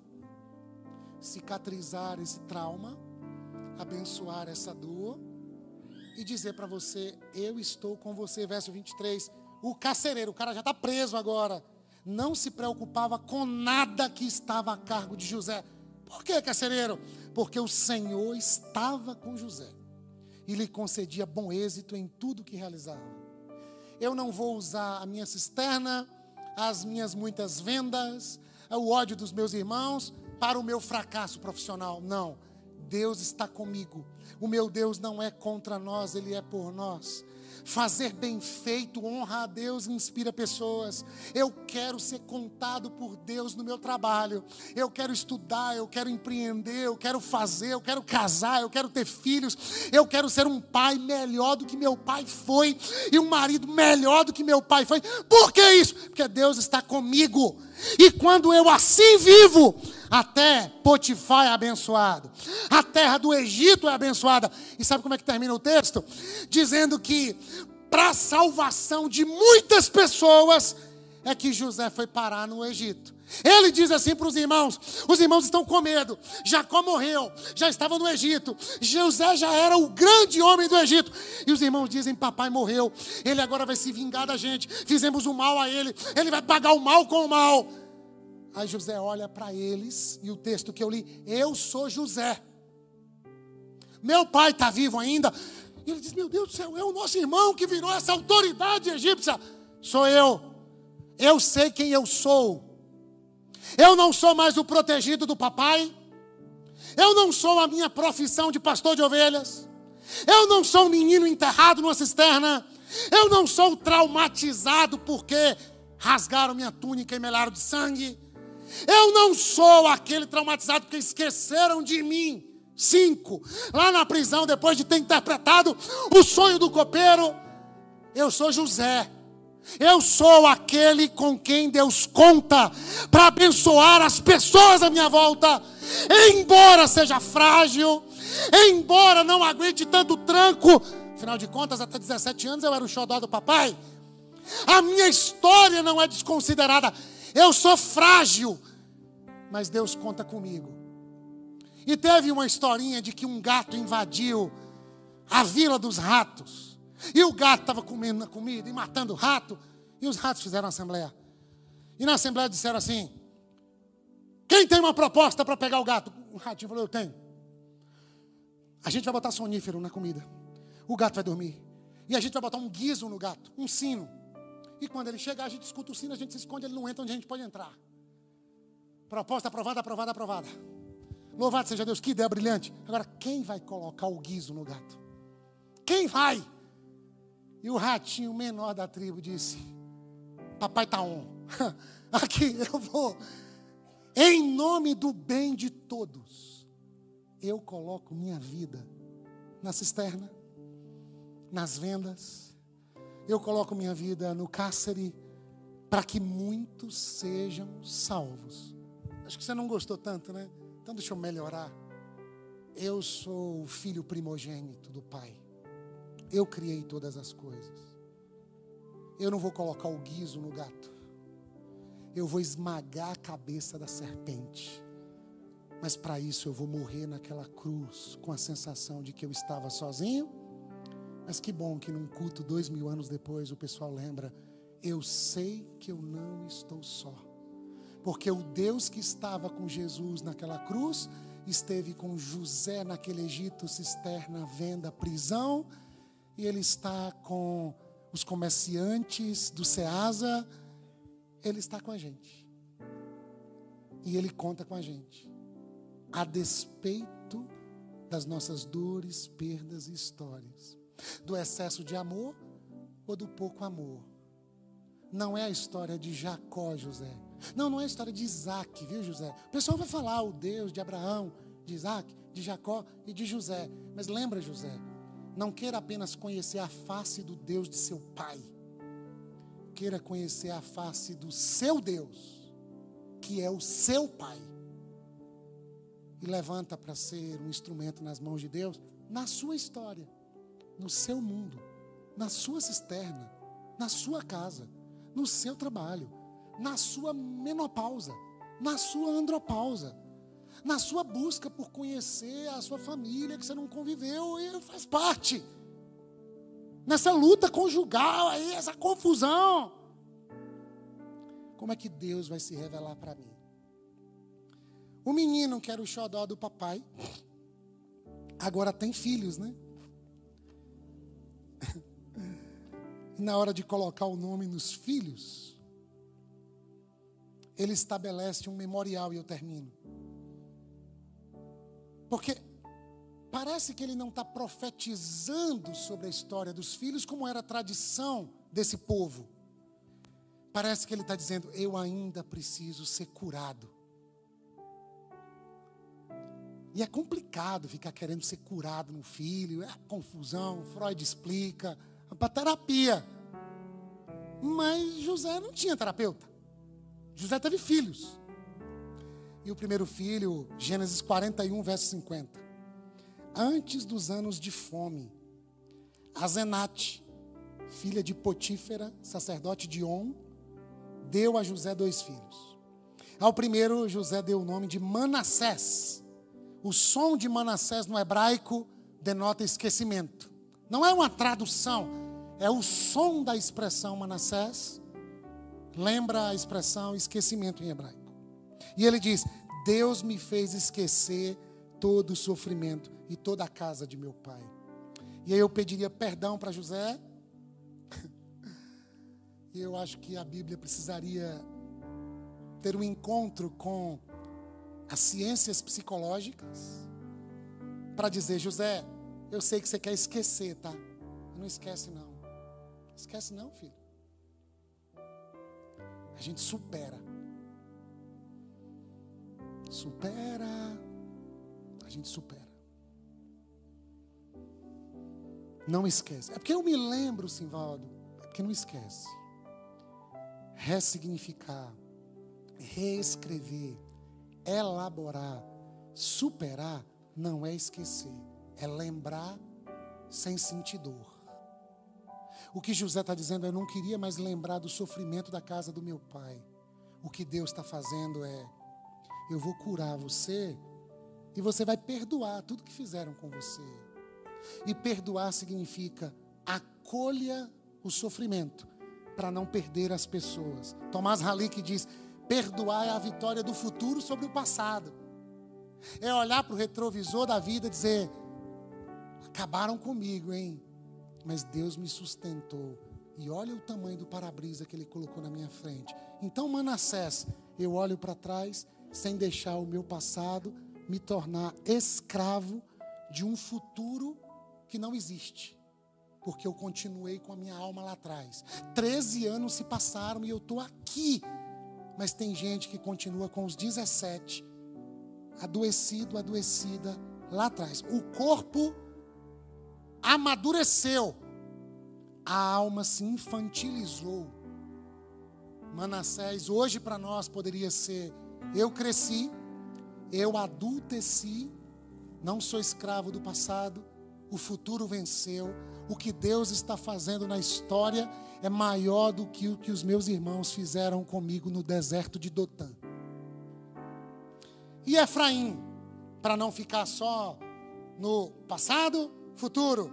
cicatrizar esse trauma, abençoar essa dor, e dizer para você, eu estou com você. Verso vinte e três, o carcereiro, o cara já está preso agora, não se preocupava com nada que estava a cargo de José. Por que, carcereiro? Porque o Senhor estava com José e lhe concedia bom êxito em tudo que realizava. Eu não vou usar a minha cisterna, as minhas muitas vendas, o ódio dos meus irmãos para o meu fracasso profissional. Não, Deus está comigo. O meu Deus não é contra nós, Ele é por nós. Fazer bem feito honra a Deus e inspira pessoas. Eu quero ser contado por Deus no meu trabalho. Eu quero estudar, eu quero empreender, eu quero fazer, eu quero casar, eu quero ter filhos. Eu quero ser um pai melhor do que meu pai foi e um marido melhor do que meu pai foi. Por que isso? Porque Deus está comigo. E quando eu assim vivo, até Potifar é abençoado. A terra do Egito é abençoada. E sabe como é que termina o texto? Dizendo que para a salvação de muitas pessoas é que José foi parar no Egito. Ele diz assim para os irmãos, os irmãos estão com medo. Jacó morreu, já estava no Egito. José já era o grande homem do Egito. E os irmãos dizem, papai morreu, ele agora vai se vingar da gente. Fizemos o mal a ele, ele vai pagar o mal com o mal. Aí José olha para eles, e o texto que eu li, eu sou José. Meu pai está vivo ainda. E ele diz, meu Deus do céu, é o nosso irmão que virou essa autoridade egípcia. Sou eu. Eu sei quem eu sou. Eu não sou mais o protegido do papai. Eu não sou a minha profissão de pastor de ovelhas. Eu não sou um menino enterrado numa cisterna. Eu não sou traumatizado porque rasgaram minha túnica e melaram de sangue. Eu não sou aquele traumatizado porque esqueceram de mim. Cinco, lá na prisão, depois de ter interpretado o sonho do copeiro. Eu sou José. Eu sou aquele com quem Deus conta para abençoar as pessoas à minha volta. Embora seja frágil, embora não aguente tanto tranco. Afinal de contas, até dezessete anos eu era o xodó do papai. A minha história não é desconsiderada. Eu sou frágil, mas Deus conta comigo. E teve uma historinha de que um gato invadiu a vila dos ratos. E o gato estava comendo a comida e matando o rato. E os ratos fizeram assembleia. E na assembleia disseram assim, quem tem uma proposta para pegar o gato? O ratinho falou, eu tenho. A gente vai botar sonífero na comida. O gato vai dormir. E a gente vai botar um guiso no gato, um sino. E quando ele chegar, a gente escuta o sino, a gente se esconde, ele não entra onde a gente pode entrar. Proposta aprovada, aprovada, aprovada. Louvado seja Deus, que ideia brilhante. Agora, quem vai colocar o guiso no gato? Quem vai? E o ratinho menor da tribo disse: papai tá on. Aqui eu vou. Em nome do bem de todos, eu coloco minha vida na cisterna, nas vendas. Eu coloco minha vida no cárcere, para que muitos sejam salvos. Acho que você não gostou tanto, né? Então deixa eu melhorar. Eu sou o filho primogênito do Pai. Eu criei todas as coisas. Eu não vou colocar o guiso no gato. Eu vou esmagar a cabeça da serpente. Mas para isso eu vou morrer naquela cruz, com a sensação de que eu estava sozinho. Mas que bom que num culto, dois mil anos depois, o pessoal lembra: eu sei que eu não estou só. Porque o Deus que estava com Jesus naquela cruz, esteve com José naquele Egito, cisterna, venda, prisão. E Ele está com os comerciantes do Ceasa. Ele está com a gente. E Ele conta com a gente. A despeito das nossas dores, perdas e histórias. Do excesso de amor ou do pouco amor. Não é a história de Jacó, José. Não, não é a história de Isaac, viu, José? O pessoal vai falar o Deus de Abraão, de Isaac, de Jacó e de José. Mas lembra, José, não queira apenas conhecer a face do Deus de seu pai. Queira conhecer a face do seu Deus, que é o seu pai. E levanta para ser um instrumento nas mãos de Deus, na sua história, no seu mundo, na sua cisterna, na sua casa, no seu trabalho, na sua menopausa, na sua andropausa, na sua busca por conhecer a sua família que você não conviveu e faz parte. Nessa luta conjugal aí, essa confusão. Como é que Deus vai se revelar para mim? O menino que era o xodó do papai, agora tem filhos, né? E na hora de colocar o nome nos filhos, ele estabelece um memorial, e eu termino. Porque parece que ele não está profetizando sobre a história dos filhos, como era a tradição desse povo. Parece que ele está dizendo: eu ainda preciso ser curado. E é complicado ficar querendo ser curado no filho, é confusão, Freud explica, é para terapia. Mas José não tinha terapeuta. José teve filhos. E o primeiro filho, Gênesis quarenta e um, verso cinquenta. Antes dos anos de fome, Azenate, filha de Potífera, sacerdote de On, deu a José dois filhos. Ao primeiro, José deu o nome de Manassés. O som de Manassés no hebraico denota esquecimento. Não é uma tradução, é o som da expressão Manassés. Lembra a expressão esquecimento em hebraico. E ele diz: Deus me fez esquecer todo o sofrimento e toda a casa de meu pai. E aí eu pediria perdão para José. E eu acho que a Bíblia precisaria ter um encontro com as ciências psicológicas para dizer: José, eu sei que você quer esquecer, tá? Não esquece não. Esquece não, filho. A gente supera. Supera. A gente supera. Não esquece. É porque eu me lembro, Simvaldo. É porque não esquece. Ressignificar, reescrever, elaborar, superar, não é esquecer. É lembrar sem sentir dor. O que José está dizendo: eu não queria mais lembrar do sofrimento da casa do meu pai. O que Deus está fazendo é: eu vou curar você e você vai perdoar tudo que fizeram com você. E perdoar significa acolha o sofrimento para não perder as pessoas. Tomás Halick diz: perdoar é a vitória do futuro sobre o passado. É olhar para o retrovisor da vida e dizer: acabaram comigo, hein? Mas Deus me sustentou. E olha o tamanho do para-brisa que Ele colocou na minha frente. Então, Manassés, eu olho para trás sem deixar o meu passado me tornar escravo de um futuro que não existe. Porque eu continuei com a minha alma lá atrás. Treze anos se passaram e eu estou aqui. Mas tem gente que continua com os dezessete, adoecido, adoecida lá atrás. O corpo amadureceu. A alma se infantilizou. Manassés hoje para nós poderia ser: eu cresci, eu adulteci, não sou escravo do passado, o futuro venceu, o que Deus está fazendo na história é maior do que o que os meus irmãos fizeram comigo no deserto de Dotã. E Efraim, para não ficar só no passado, futuro.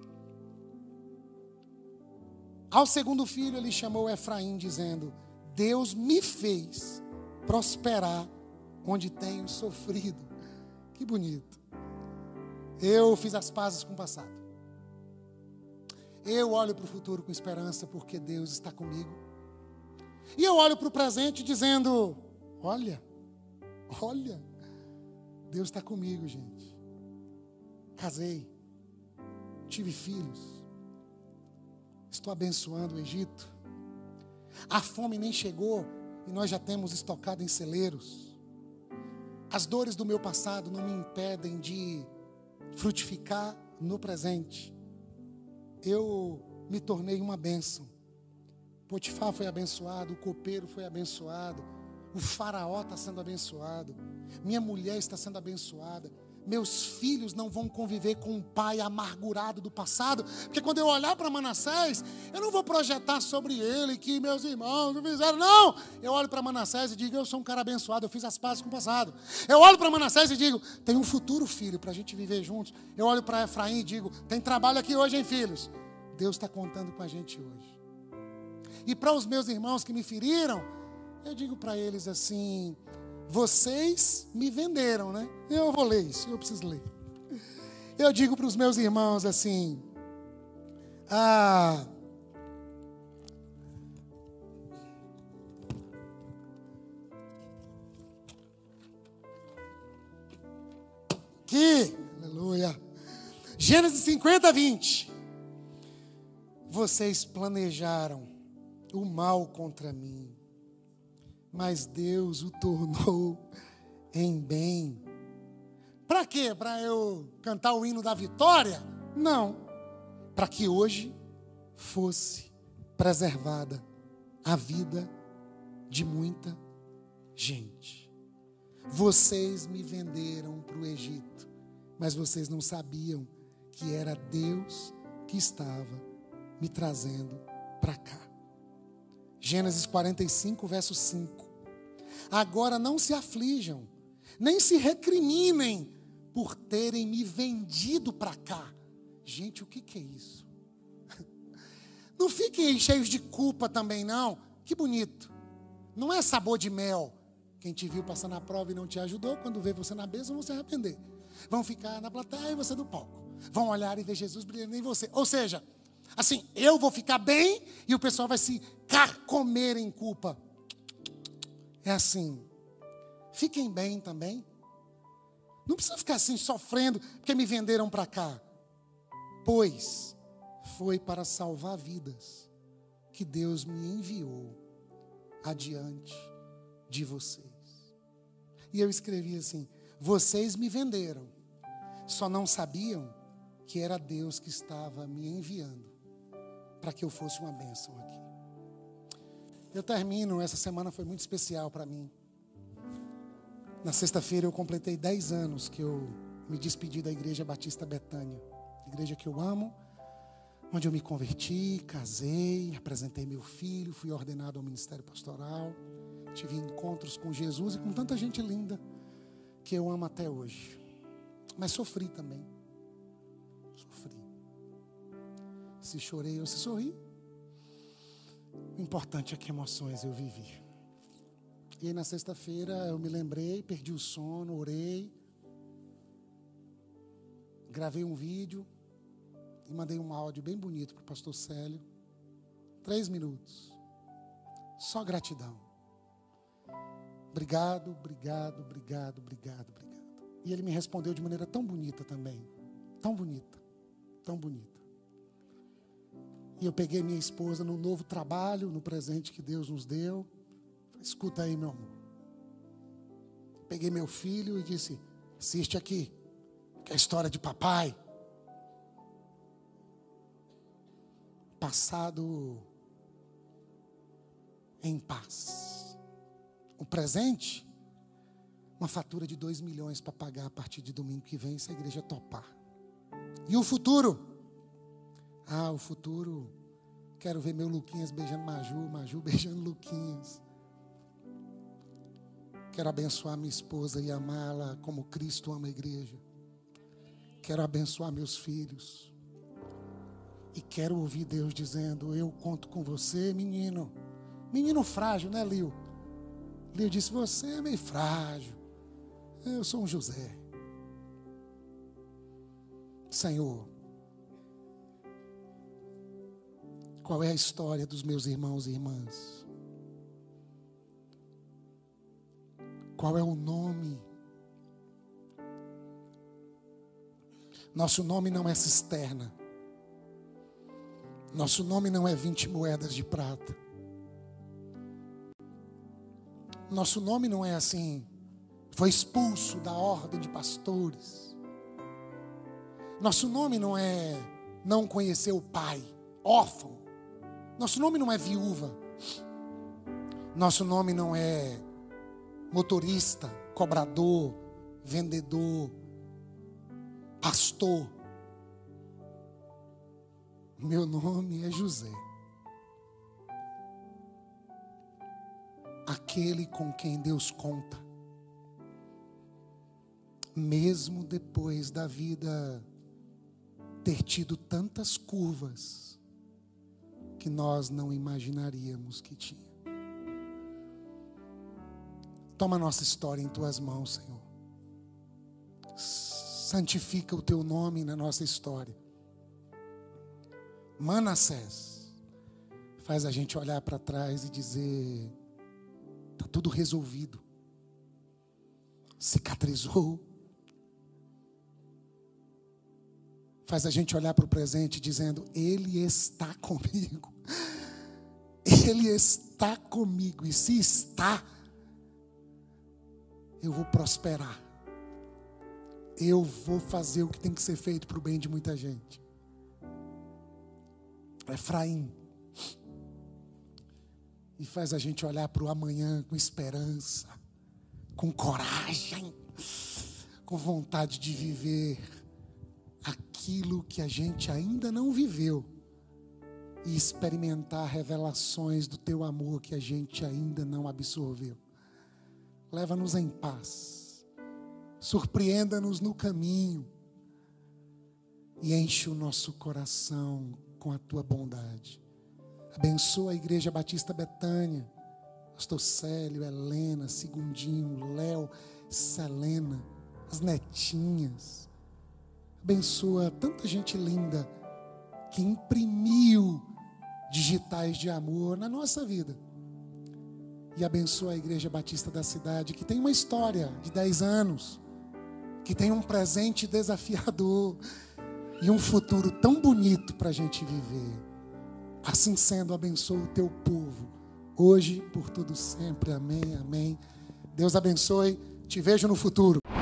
Ao segundo filho ele chamou Efraim dizendo: Deus me fez prosperar onde tenho sofrido. Que bonito. Eu fiz as pazes com o passado. Eu olho para o futuro com esperança porque Deus está comigo. E eu olho para o presente dizendo: olha, olha, Deus está comigo, gente. Casei, tive filhos, estou abençoando o Egito. A fome nem chegou e nós já temos estocado em celeiros. As dores do meu passado não me impedem de frutificar no presente. Eu me tornei uma bênção. Potifar foi abençoado, o copeiro foi abençoado, o faraó está sendo abençoado, minha mulher está sendo abençoada. Meus filhos não vão conviver com um pai amargurado do passado, porque quando eu olhar para Manassés, eu não vou projetar sobre ele que meus irmãos não fizeram, não. Eu olho para Manassés e digo: eu sou um cara abençoado, eu fiz as pazes com o passado. Eu olho para Manassés e digo: tem um futuro, filho, para a gente viver juntos. Eu olho para Efraim e digo: tem trabalho aqui hoje, hein, filhos? Deus está contando com a gente hoje. E para os meus irmãos que me feriram, eu digo para eles assim: vocês me venderam, né? Eu vou ler isso, eu preciso ler. Eu digo para os meus irmãos assim: ah, que, aleluia, Gênesis cinquenta, vinte. Vocês planejaram o mal contra mim, mas Deus o tornou em bem. Para quê? Para eu cantar o hino da vitória? Não. Para que hoje fosse preservada a vida de muita gente. Vocês me venderam para o Egito, mas vocês não sabiam que era Deus que estava me trazendo para cá. Gênesis quarenta e cinco, verso cinco. Agora não se aflijam, nem se recriminem por terem me vendido para cá. Gente, o que, que é isso? Não fiquem cheios de culpa também, não. Que bonito. Não é sabor de mel. Quem te viu passar na prova e não te ajudou, quando vê você na bênção, vão se arrepender. Vão ficar na plateia e você no palco. Vão olhar e ver Jesus brilhando em você. Ou seja, assim, eu vou ficar bem e o pessoal vai se carcomer em culpa. É assim. Fiquem bem também. Não precisa ficar assim sofrendo porque me venderam para cá. Pois foi para salvar vidas que Deus me enviou adiante de vocês. E eu escrevi assim: vocês me venderam, só não sabiam que era Deus que estava me enviando para que eu fosse uma bênção aqui. Eu termino, essa semana foi muito especial para mim. Na sexta-feira eu completei dez anos que eu me despedi da Igreja Batista Betânia. Igreja que eu amo, onde eu me converti, casei, apresentei meu filho, fui ordenado ao ministério pastoral, tive encontros com Jesus e com tanta gente linda que eu amo até hoje. Mas sofri também. Sofri. Se chorei ou se sorri, o importante é que emoções eu vivi. E aí na sexta-feira eu me lembrei, perdi o sono, orei, gravei um vídeo e mandei um áudio bem bonito para o pastor Célio. Três minutos. Só gratidão. Obrigado, obrigado, obrigado, obrigado, obrigado. E ele me respondeu de maneira tão bonita também. Tão bonita, tão bonita. E eu peguei minha esposa no novo trabalho, no presente que Deus nos deu. Falei, escuta aí, meu amor. Peguei meu filho e disse, assiste aqui, que é a história de papai. Passado em paz. O presente, uma fatura de dois milhões para pagar a partir de domingo que vem, se a igreja topar. E o futuro? Ah, o futuro, quero ver meu Luquinhas beijando Maju, Maju beijando Luquinhas. Quero abençoar minha esposa e amá-la como Cristo ama a igreja. Quero abençoar meus filhos. E quero ouvir Deus dizendo, eu conto com você, menino. Menino frágil, né, Lio? Lio disse, você é meio frágil. Eu sou um José. Senhor, qual é a história dos meus irmãos e irmãs? Qual é o nome? Nosso nome não é cisterna. Nosso nome não é vinte moedas de prata. Nosso nome não é assim, foi expulso da ordem de pastores. Nosso nome não é não conhecer o pai, órfão. Nosso nome não é viúva. Nosso nome não é motorista, cobrador, vendedor, pastor. Meu nome é José. Aquele com quem Deus conta. Mesmo depois da vida ter tido tantas curvas que nós não imaginaríamos que tinha. Toma a nossa história em tuas mãos, Senhor. Santifica o teu nome na nossa história. Manassés, faz a gente olhar para trás e dizer, está tudo resolvido. Cicatrizou. Faz a gente olhar para o presente dizendo, Ele está comigo. Ele está comigo. E se está, eu vou prosperar. Eu vou fazer o que tem que ser feito para o bem de muita gente. Efraim. E faz a gente olhar para o amanhã com esperança, com coragem, com vontade de viver aquilo que a gente ainda não viveu e experimentar revelações do teu amor que a gente ainda não absorveu. Leva-nos em paz, surpreenda-nos no caminho e enche o nosso coração com a tua bondade. Abençoa a Igreja Batista Betânia, pastor Célio, Helena, Segundinho, Léo, Selena, as netinhas. Abençoa tanta gente linda que imprimiu digitais de amor na nossa vida. E abençoa a Igreja Batista da cidade, que tem uma história de dez anos, que tem um presente desafiador e um futuro tão bonito para a gente viver. Assim sendo, abençoa o teu povo, hoje, por todo sempre. Amém, amém. Deus abençoe. Te vejo no futuro.